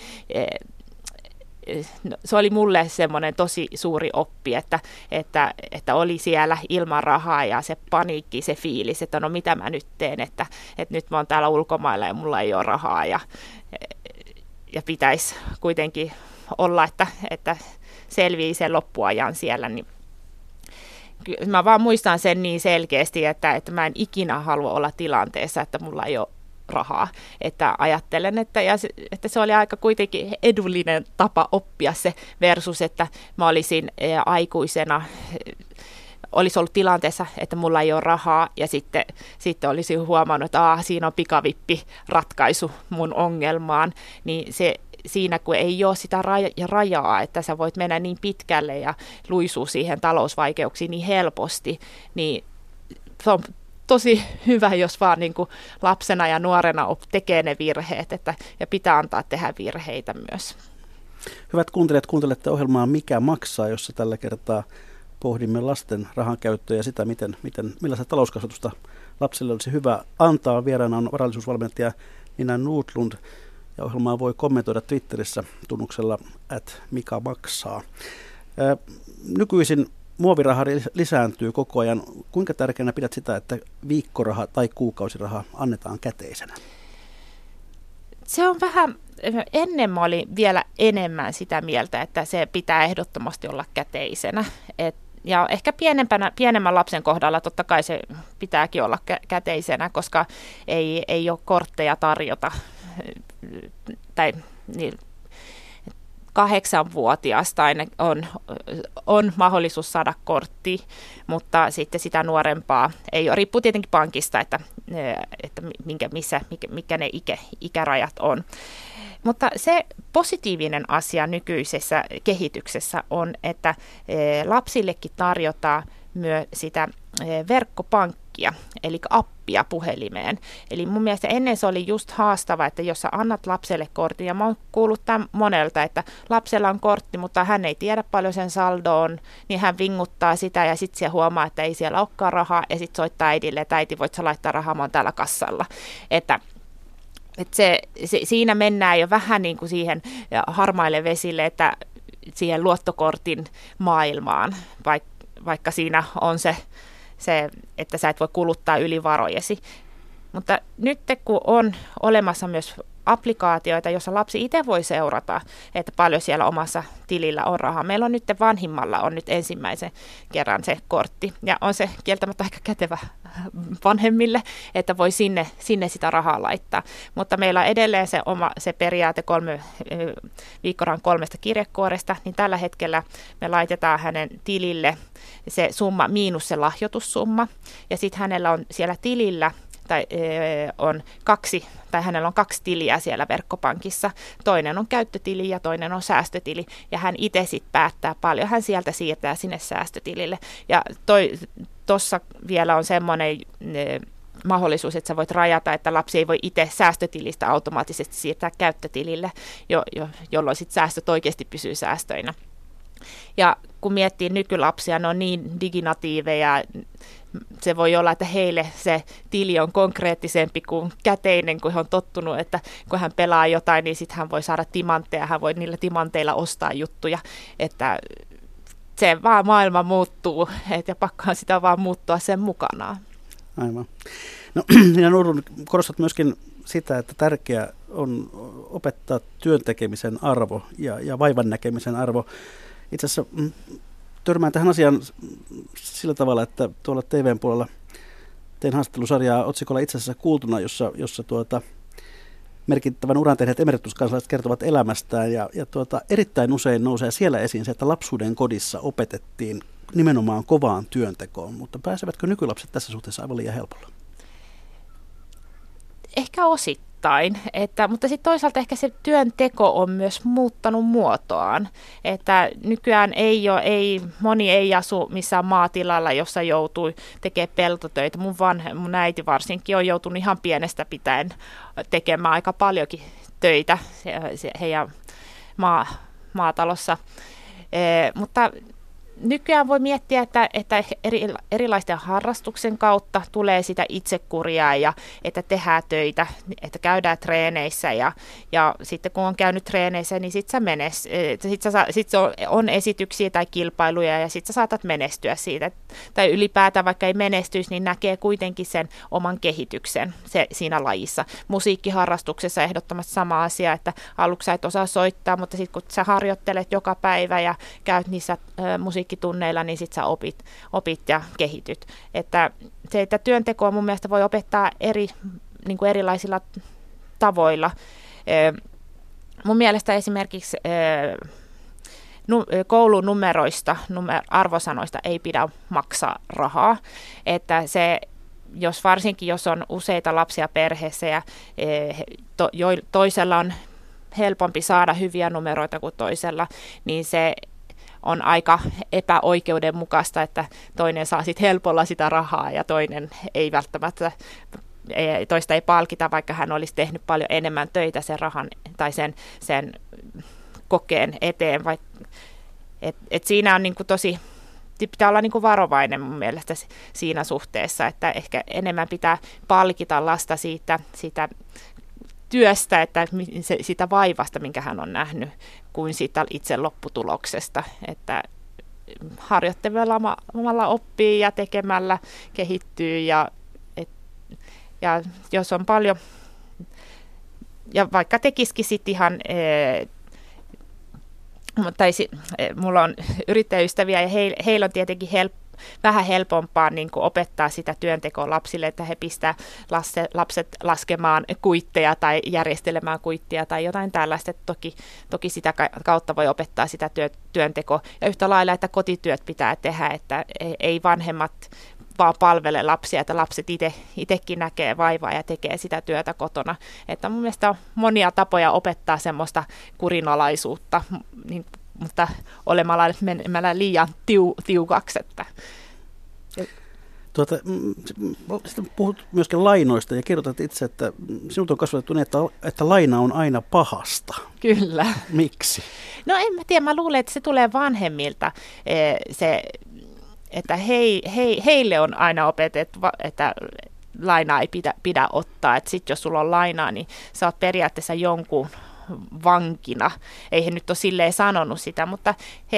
Se oli mulle semmoinen tosi suuri oppi, että oli siellä ilman rahaa ja se paniikki, se fiilis, että no mitä mä nyt teen, että nyt mä oon täällä ulkomailla ja mulla ei ole rahaa ja pitäisi kuitenkin olla, että selvii sen loppuajan siellä, niin mä vaan muistan sen niin selkeästi, että mä en ikinä halua olla tilanteessa, että mulla ei ole rahaa, että ajattelen, että se oli aika kuitenkin edullinen tapa oppia se versus, että mä olisin aikuisena, olisi ollut tilanteessa, että mulla ei ole rahaa ja sitten olisin huomannut, että siinä on pikavippiratkaisu mun ongelmaan, niin siinä kun ei ole sitä rajaa, että sä voit mennä niin pitkälle ja luisua siihen talousvaikeuksiin niin helposti, niin se on tosi hyvä, jos vaan niin kuin lapsena ja nuorena tekee ne virheet, ja pitää antaa tehdä virheitä myös. Hyvät kuuntelijat, kuuntelette ohjelmaa Mikä maksaa, jossa tällä kertaa pohdimme lasten rahan käyttöä ja sitä, millaista talouskasvatusta lapsille olisi hyvä antaa. Vieraana on varallisuusvalmentaja Nina Nordlund ja ohjelmaa voi kommentoida Twitterissä tunnuksella @Mika maksaa. Nykyisin muoviraha lisääntyy koko ajan. Kuinka tärkeänä pidät sitä, että viikkoraha tai kuukausiraha annetaan käteisenä? Se on vähän, ennen mä olin vielä enemmän sitä mieltä, että se pitää ehdottomasti olla käteisenä. Ja ehkä pienemmän lapsen kohdalla totta kai se pitääkin olla käteisenä, koska ei ole kortteja tarjota. Tai niin, 8-vuotiaasta aina on mahdollisuus saada kortti, mutta sitten sitä nuorempaa ei ole. Riippuu tietenkin pankista, että mikä ne ikärajat on. Mutta se positiivinen asia nykyisessä kehityksessä on, että lapsillekin tarjotaan myös sitä verkkopankkia, eli appia puhelimeen. Eli mun mielestä ennen se oli just haastava, että jos sä annat lapselle kortin, ja mä oon kuullut tämän monelta, että lapsella on kortti, mutta hän ei tiedä paljon sen saldo on, niin hän vinguttaa sitä, ja sitten se huomaa, että ei siellä olekaan rahaa, ja sitten soittaa äidille, että äiti, voit sä laittaa rahaa, mä oon täällä kassalla. Että siinä mennään jo vähän niin kuin siihen harmaille vesille, että siihen luottokortin maailmaan, vaikka siinä on se, että sä et voi kuluttaa yli varojesi. Mutta nyt kun on olemassa myös applikaatioita, jossa lapsi itse voi seurata, että paljon siellä omassa tilillä on rahaa. Meillä on nyt vanhimmalla on nyt ensimmäisen kerran se kortti, ja on se kieltämättä aika kätevä vanhemmille, että voi sinne sitä rahaa laittaa. Mutta meillä on edelleen se periaate viikkorahan 3 kirjekuoresta, niin tällä hetkellä me laitetaan hänen tilille se summa miinus se lahjoitussumma, ja sitten hänellä on siellä tilillä hänellä on 2 tiliä siellä verkkopankissa. Toinen on käyttötili ja toinen on säästötili. Ja hän itse sitten päättää paljon. Hän sieltä siirtää sinne säästötilille. Ja tuossa vielä on semmoinen mahdollisuus, että sä voit rajata, että lapsi ei voi itse säästötilistä automaattisesti siirtää käyttötilille, jolloin sitten säästöt oikeasti pysyy säästöinä. Ja kun miettii nykylapsia, ne on niin diginatiiveja, se voi olla, että heille se tili on konkreettisempi kuin käteinen, kun he on tottunut, että kun hän pelaa jotain, niin sitten hän voi saada timantteja, hän voi niillä timanteilla ostaa juttuja, että se vaan maailma muuttuu, ja pakkohan sitä vaan muuttua sen mukanaan. Aivan. No, ja Nordlund, korostat myöskin sitä, että tärkeää on opettaa työn tekemisen arvo ja vaivan näkemisen arvo. Itse asiassa törmään tähän asiaan sillä tavalla, että tuolla TVn puolella tein haastattelusarjaa otsikolla itse asiassa kuultuna, jossa merkittävän uran tehneet emerituskansalaiset kertovat elämästään ja erittäin usein nousee siellä esiin se, että lapsuuden kodissa opetettiin nimenomaan kovaan työntekoon, mutta pääsevätkö nykylapset tässä suhteessa aivan liian helpolla? Ehkä osittain, mutta sitten toisaalta ehkä se työnteko on myös muuttanut muotoaan, että nykyään moni ei asu missään maatilalla, jossa joutuu tekemään peltotöitä. Mun äiti varsinkin on joutunut ihan pienestä pitäen tekemään aika paljonkin töitä heidän maatalossa, mutta nykyään voi miettiä, että erilaisten harrastuksen kautta tulee sitä itsekuria ja että tehdään töitä, että käydään treeneissä ja sitten kun on käynyt treeneissä, niin sitten on esityksiä tai kilpailuja ja sitten sä saatat menestyä siitä. Tai ylipäätään vaikka ei menestyisi, niin näkee kuitenkin sen oman kehityksen siinä lajissa. Musiikkiharrastuksessa ehdottomasti sama asia, että aluksi sä et osaa soittaa, mutta sitten kun sä harjoittelet joka päivä ja käyt niissä musiikkitunneilla, niin sitten sä opit ja kehityt. Että työntekoa mun mielestä voi opettaa erilaisilla tavoilla. Mun mielestä esimerkiksi koulun numeroista, arvosanoista ei pidä maksaa rahaa. Että varsinkin jos on useita lapsia perheessä ja toisella on helpompi saada hyviä numeroita kuin toisella, niin se on aika epäoikeudenmukaista, että toinen saa sit helpolla sitä rahaa ja toinen ei välttämättä, toista ei palkita, vaikka hän olisi tehnyt paljon enemmän töitä sen rahan tai sen kokeen eteen. Et siinä on niinku pitää olla niinku varovainen mun mielestä siinä suhteessa, että ehkä enemmän pitää palkita lasta siitä työstä, että sitä vaivasta, minkä hän on nähnyt, kuin siitä itse lopputuloksesta. Että harjoittelemalla oppii ja tekemällä kehittyy ja jos on paljon, ja vaikka tekisikin sitten ihan, mulla on yrittäjäystäviä ja heillä on tietenkin vähän helpompaa niin kuin opettaa sitä työntekoa lapsille, että he pistää lapset laskemaan kuitteja tai järjestelemään kuitteja tai jotain tällaista. Toki sitä kautta voi opettaa sitä työntekoa. Ja yhtä lailla, että kotityöt pitää tehdä, että ei vanhemmat vaan palvele lapsia, että lapset itsekin näkee vaivaa ja tekee sitä työtä kotona. Että mun mielestä on monia tapoja opettaa semmoista kurinalaisuutta, mutta menemällä liian tiukaksi. Sitten puhut myöskin lainoista ja kirjoitat itse, että sinut on kasvatettu niin, että laina on aina pahasta. Kyllä. Miksi? No en mä tiedä, mä luulen, että se tulee vanhemmilta, että heille on aina opetettu, että lainaa ei pidä ottaa. Että sitten jos sulla on lainaa, niin sä oot periaatteessa jonkun vankina. Ei he nyt ole silleen sanonut sitä, mutta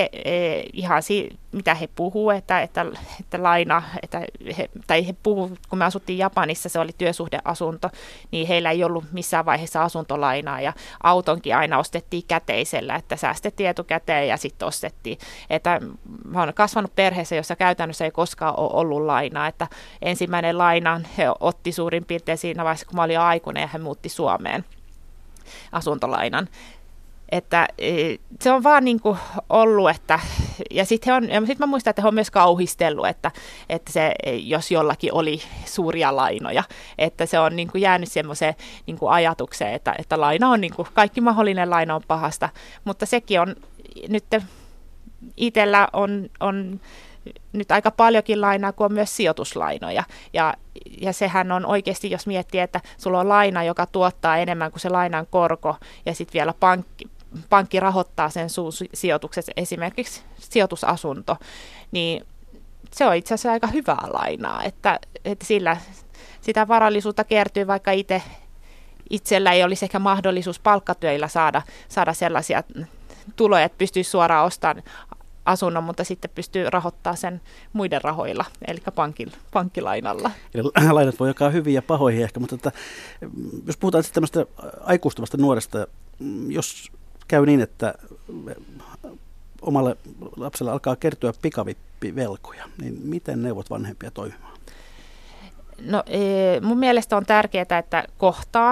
mitä he puhuu, että laina, tai he puhuu, kun me asuttiin Japanissa, se oli työsuhdeasunto, niin heillä ei ollut missään vaiheessa asuntolainaa ja autonkin aina ostettiin käteisellä, että säästettiin etukäteen ja sitten ostettiin. Että mä oon kasvanut perheessä, jossa käytännössä ei koskaan ole ollut lainaa, että ensimmäinen laina he otti suurin piirtein siinä vaiheessa, kun mä olin aikuinen ja he muutti Suomeen asuntolainan. Että se on vaan niin kuin ollut, ja sitten mä muistan, että he on myös kauhistellut, että se, jos jollakin oli suuria lainoja, että se on niin kuin jäänyt semmoiseen niin kuin ajatukseen, että laina on niin kuin, kaikki mahdollinen laina on pahasta, mutta sekin on nyt itsellä on nyt aika paljonkin lainaa, kun on myös sijoituslainoja. Ja sehän on oikeasti, jos miettii, että sulla on laina, joka tuottaa enemmän kuin se lainan korko, ja sitten vielä pankki rahoittaa sen sun sijoituksessa, esimerkiksi sijoitusasunto, niin se on itse asiassa aika hyvää lainaa, että sillä sitä varallisuutta kertyy, vaikka itsellä ei olisi ehkä mahdollisuus palkkatyöillä saada sellaisia tuloja, että pystyisi suoraan ostamaan asunnon, mutta sitten pystyy rahoittamaan sen muiden rahoilla, eli pankkilainalla. Eli lainat voi jakaa hyviä ja pahoihin ehkä, mutta jos puhutaan sitten tämmöistä aikuistuvasta nuoresta, jos käy niin, että omalle lapselle alkaa kertyä pikavippivelkoja, niin miten neuvot vanhempia toimimaan? No mun mielestä on tärkeää, että kohtaa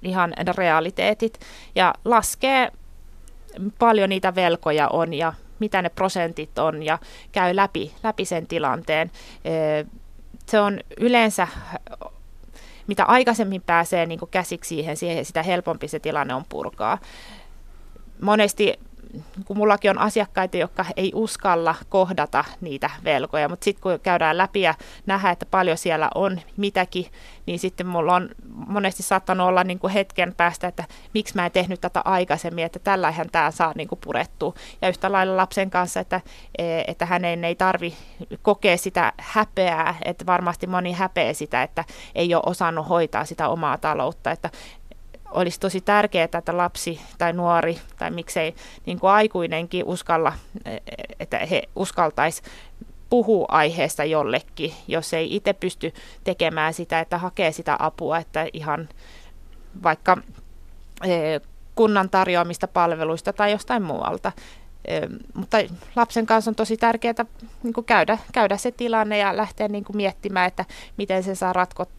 ihan realiteetit ja laskee paljon niitä velkoja on ja mitä ne prosentit on ja käy läpi sen tilanteen. Se on yleensä, mitä aikaisemmin pääsee niin kuin käsiksi siihen, sitä helpompi se tilanne on purkaa. Monesti, kun mullakin on asiakkaita, jotka ei uskalla kohdata niitä velkoja, mutta sitten kun käydään läpi ja nähdään, että paljon siellä on mitäkin, niin sitten mulla on monesti saattanut olla niin kuin hetken päästä, että miksi mä en tehnyt tätä aikaisemmin, että tällähän tämä saa niin kuin purettua. Ja yhtä lailla lapsen kanssa, että hänen ei tarvitse kokea sitä häpeää, että varmasti moni häpeää sitä, että ei ole osannut hoitaa sitä omaa taloutta, että olisi tosi tärkeää, että lapsi tai nuori tai miksei niin kuin aikuinenkin että he uskaltaisi puhua aiheesta jollekin, jos ei itse pysty tekemään sitä, että hakee sitä apua, että ihan vaikka kunnan tarjoamista palveluista tai jostain muualta. Mutta lapsen kanssa on tosi tärkeää niin kuin käydä se tilanne ja lähteä niin kuin miettimään, että miten se saa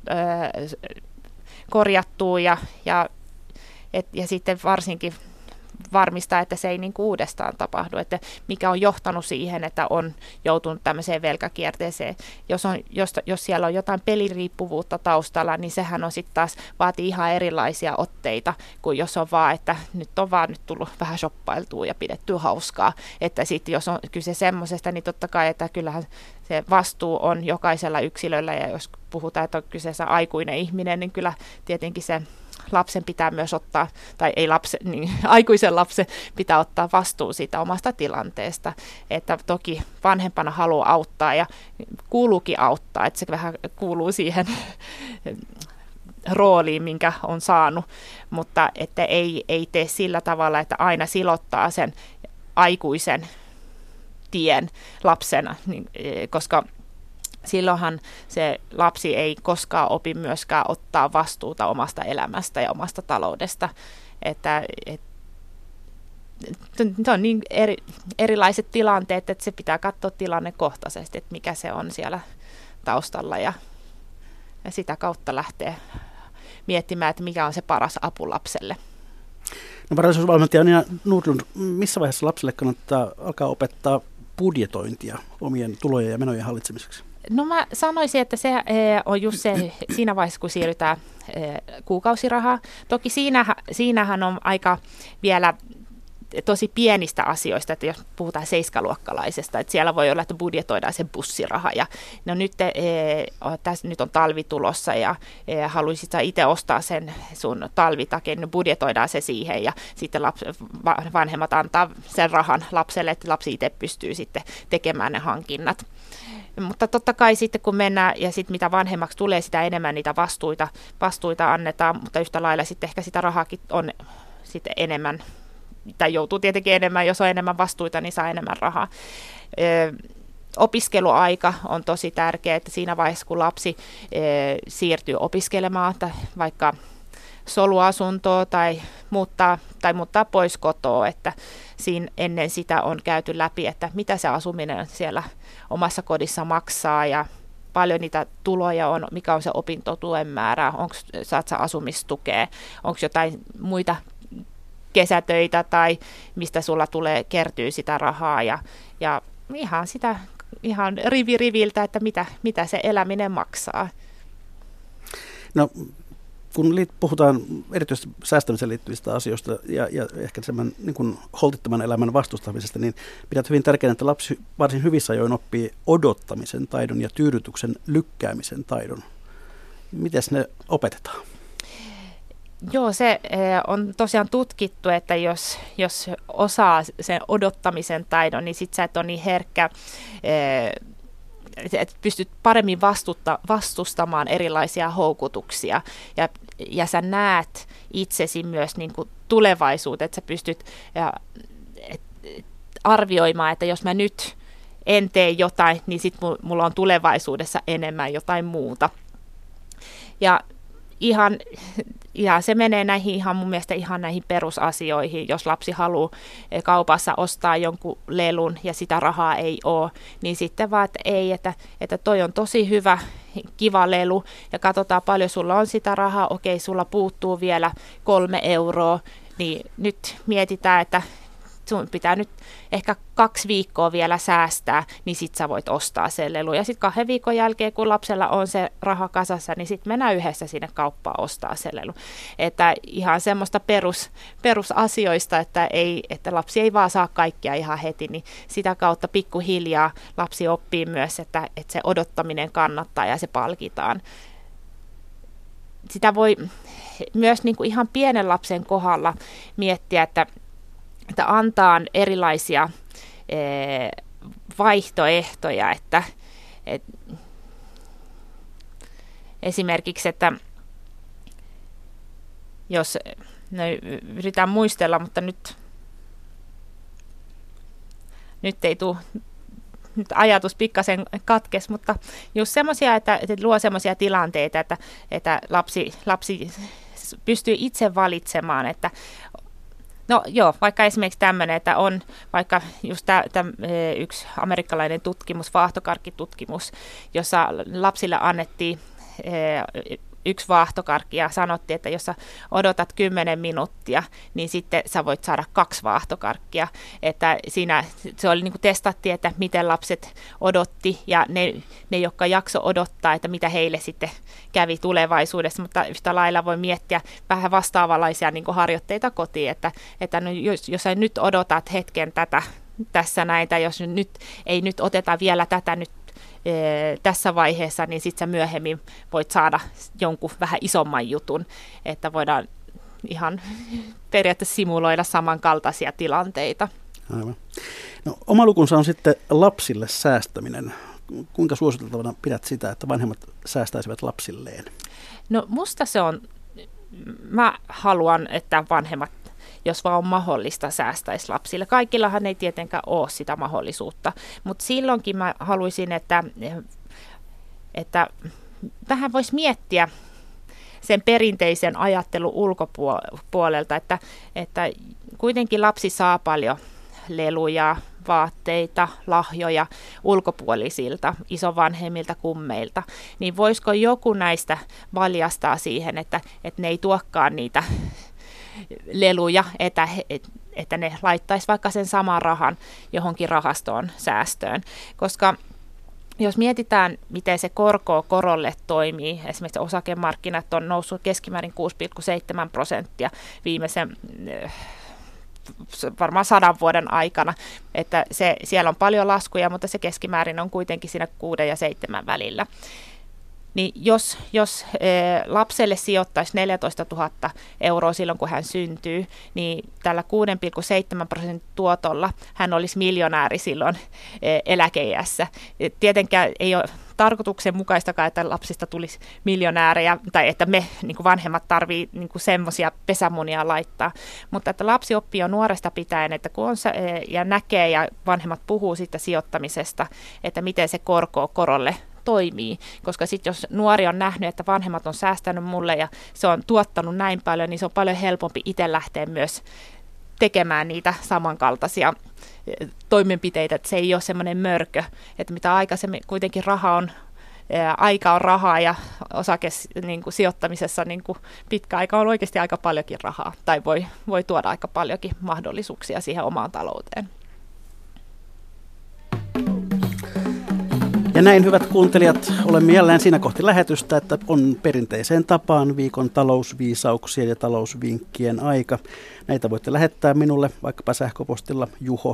korjattua ja sitten varsinkin varmistaa, että se ei niin kuin uudestaan tapahdu, että mikä on johtanut siihen, että on joutunut tämmöiseen velkakierteeseen. Jos siellä on jotain peliriippuvuutta taustalla, niin sehän on sitten taas vaatii ihan erilaisia otteita, kuin jos on vaan, että nyt on vaan tullut vähän shoppailtua ja pidettyä hauskaa. Että sitten jos on kyse semmoisesta, niin totta kai, että kyllähän se vastuu on jokaisella yksilöllä, ja jos puhutaan, että on kyseessä aikuinen ihminen, niin kyllä tietenkin se lapsen pitää myös ottaa, tai ei lapsen, niin aikuisen lapsen pitää ottaa vastuu siitä omasta tilanteesta. Että toki vanhempana haluaa auttaa ja kuuluukin auttaa, että se vähän kuuluu siihen rooliin, minkä on saanut, mutta että ei tee sillä tavalla, että aina silottaa sen aikuisen tien lapsena, koska silloinhan se lapsi ei koskaan opi myöskään ottaa vastuuta omasta elämästä ja omasta taloudesta. Että on niin erilaiset tilanteet, että se pitää katsoa tilannekohtaisesti, että mikä se on siellä taustalla ja sitä kautta lähteä miettimään, että mikä on se paras apu lapselle. No, varallisuusvalmentaja Nina Nordlund, missä vaiheessa lapselle kannattaa alkaa opettaa budjetointia omien tulojen ja menojen hallitsemiseksi? No mä sanoisin, että se on just se siinä vaiheessa, kun siirrytään kuukausirahaa. Toki siinähän on aika vielä tosi pienistä asioista, että jos puhutaan seiskaluokkalaisesta, että siellä voi olla, että budjetoidaan se bussiraha. Ja no nyt on talvi tulossa ja haluaisit itse ostaa sen sun talvitakin, niin budjetoidaan se siihen ja sitten vanhemmat antaa sen rahan lapselle, että lapsi itse pystyy sitten tekemään ne hankinnat. Mutta totta kai sitten kun mennään ja sitten mitä vanhemmaksi tulee, sitä enemmän niitä vastuita annetaan, mutta yhtä lailla sitten ehkä sitä rahaakin on sitten enemmän, tai joutuu tietenkin enemmän, jos on enemmän vastuita, niin saa enemmän rahaa. Opiskeluaika on tosi tärkeä, että siinä vaiheessa kun lapsi siirtyy opiskelemaan, tai vaikka soluasuntoa tai muuttaa pois kotoa, että siinä ennen sitä on käyty läpi, että mitä se asuminen siellä omassa kodissa maksaa ja paljon niitä tuloja on, mikä on se opintotuen määrä, saat sä asumistukea, onko jotain muita kesätöitä tai mistä sulla kertyy sitä rahaa ja ihan riviltä, että mitä se eläminen maksaa. No, kun puhutaan erityisesti säästämiseen liittyvistä asioista ja ehkä semmoinen niin kuin holtittoman elämän vastustamisesta, niin pidät hyvin tärkeänä, että lapsi varsin hyvissä ajoin oppii odottamisen taidon ja tyydytyksen lykkäämisen taidon. Miten ne opetetaan? Joo, se on tosiaan tutkittu, että jos osaa sen odottamisen taidon, niin sit sä et ole niin herkkä, että pystyt paremmin vastustamaan erilaisia houkutuksia ja sä näet itsesi myös niin kuin tulevaisuuteen, että sä pystyt arvioimaan, että jos mä nyt en tee jotain, niin sit mulla on tulevaisuudessa enemmän jotain muuta. Ja ihan se menee ihan mun mielestä ihan näihin perusasioihin. Jos lapsi haluaa kaupassa ostaa jonkun lelun ja sitä rahaa ei ole, niin sitten vaan, että ei, että toi on tosi hyvä kiva lelu ja katsotaan paljon sulla on sitä rahaa, okei sulla puuttuu vielä 3 euroa, niin nyt mietitään, että sun pitää nyt ehkä 2 viikkoa vielä säästää, niin sit sä voit ostaa sen lelu. Ja sitten 2 viikon jälkeen, kun lapsella on se raha kasassa, niin sitten mennään yhdessä sinne kauppaan ostaa se lelu. Että ihan semmoista perusasioista, että lapsi ei vaan saa kaikkia ihan heti, niin sitä kautta pikkuhiljaa lapsi oppii myös, että se odottaminen kannattaa ja se palkitaan. Sitä voi myös niin kuin ihan pienen lapsen kohdalla miettiä, että antaa erilaisia vaihtoehtoja, että esimerkiksi, että jos, yritän muistella, mutta nyt ei tule, nyt ajatus pikkasen katkes, mutta just semmoisia, että luo semmoisia tilanteita, että lapsi pystyy itse valitsemaan, että no joo, vaikka esimerkiksi tämmöinen, että on vaikka just tämä yksi amerikkalainen tutkimus, vaahtokarkkitutkimus, jossa lapsille annettiin 1 vaahtokarkki ja sanottiin, että jos sä odotat 10 minuuttia, niin sitten sä voit saada 2 vaahtokarkkia. Että siinä se oli niin kuin testattiin, että miten lapset odotti ja ne, jotka jakso odottaa, että mitä heille sitten kävi tulevaisuudessa, mutta yhtä lailla voi miettiä vähän vastaavanlaisia niin kuin harjoitteita kotiin, että no, jos sä nyt odotat hetken tässä näitä, jos ei nyt oteta vielä tätä nyt tässä vaiheessa, niin sitten sä myöhemmin voit saada jonkun vähän isomman jutun, että voidaan ihan periaatteessa simuloida samankaltaisia tilanteita. Aivan. No, oma lukunsa on sitten lapsille säästäminen. Kuinka suositeltavana pidät sitä, että vanhemmat säästäisivät lapsilleen? No musta se on, mä haluan, että vanhemmat, jos vaan on mahdollista, säästäisi lapsille. Kaikillahan ei tietenkään ole sitä mahdollisuutta, mutta silloinkin mä haluaisin, että vähän voisi miettiä sen perinteisen ajattelun ulkopuolelta, että kuitenkin lapsi saa paljon leluja, vaatteita, lahjoja ulkopuolisilta, isovanhemmilta, kummeilta, niin voisiko joku näistä valjastaa siihen, että ne ei tuokaan niitä leluja, että ne laittaisi vaikka sen saman rahan johonkin rahastoon säästöön, koska jos mietitään, miten se korko korolle toimii, esimerkiksi osakemarkkinat on noussut keskimäärin 6,7% viimeisen varmaan 100 vuoden aikana, että siellä on paljon laskuja, mutta se keskimäärin on kuitenkin siinä 6 ja 7 välillä. Niin jos lapselle sijoittaisi 14 000 euroa silloin, kun hän syntyy, niin tällä 6,7% tuotolla hän olisi miljonääri silloin eläkeiässä. Tietenkään ei ole tarkoituksenmukaistakaan, että lapsista tulisi miljonäärejä, tai että me niin kuin vanhemmat tarvitsee niin semmoisia pesämunia laittaa, mutta että lapsi oppii jo nuoresta pitäen, että kun on ja näkee ja vanhemmat puhuu siitä sijoittamisesta, että miten se korko korolle toimii, koska sitten jos nuori on nähnyt, että vanhemmat on säästänyt mulle ja se on tuottanut näin paljon, niin se on paljon helpompi itse lähteä myös tekemään niitä samankaltaisia toimenpiteitä, että se ei ole semmoinen mörkö, että mitä aikaisemmin kuitenkin aika on rahaa ja sijoittamisessa pitkä aika on oikeasti aika paljonkin rahaa tai voi tuoda aika paljonkin mahdollisuuksia siihen omaan talouteen. Ja näin, hyvät kuuntelijat, olemme jälleen siinä kohti lähetystä, että on perinteiseen tapaan viikon talousviisauksien ja talousvinkkien aika. Näitä voitte lähettää minulle vaikkapa sähköpostilla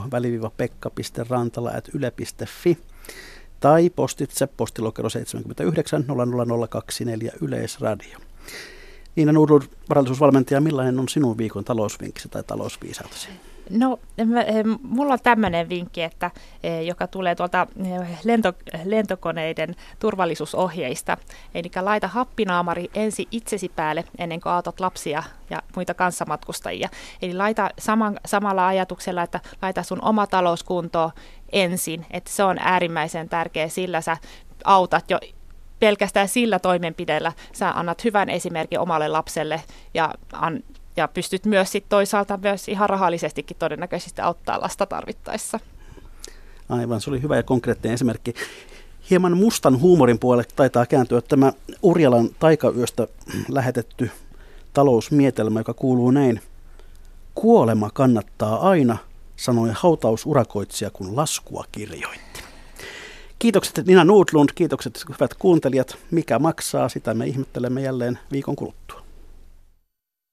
juho-pekka.rantala@yle.fi tai postitse postilokero 79 00024 Yleisradio. Niina Nordlund, varallisuusvalmentaja, millainen on sinun viikon talousvinkkisi tai talousviisautesi? No, mulla on tämmöinen vinkki, joka tulee tuolta lentokoneiden turvallisuusohjeista. Eli laita happinaamari ensin itsesi päälle ennen kuin autat lapsia ja muita kanssamatkustajia. Eli laita samalla ajatuksella, että laita sun oma talous kuntoon ensin. Että se on äärimmäisen tärkeä, sillä sä autat jo pelkästään sillä toimenpiteellä. Sä annat hyvän esimerkin omalle lapselle ja pystyt myös sit toisaalta myös ihan rahallisestikin todennäköisesti auttaa lasta tarvittaessa. Aivan, se oli hyvä ja konkreettinen esimerkki. Hieman mustan huumorin puolelle taitaa kääntyä tämä Urjalan taikayöstä lähetetty talousmietelmä, joka kuuluu näin. Kuolema kannattaa aina, sanoi hautausurakoitsija, kun laskua kirjoitti. Kiitokset Nina Nordlund, kiitokset hyvät kuuntelijat. Mikä maksaa, sitä me ihmettelemme jälleen viikon kuluttua.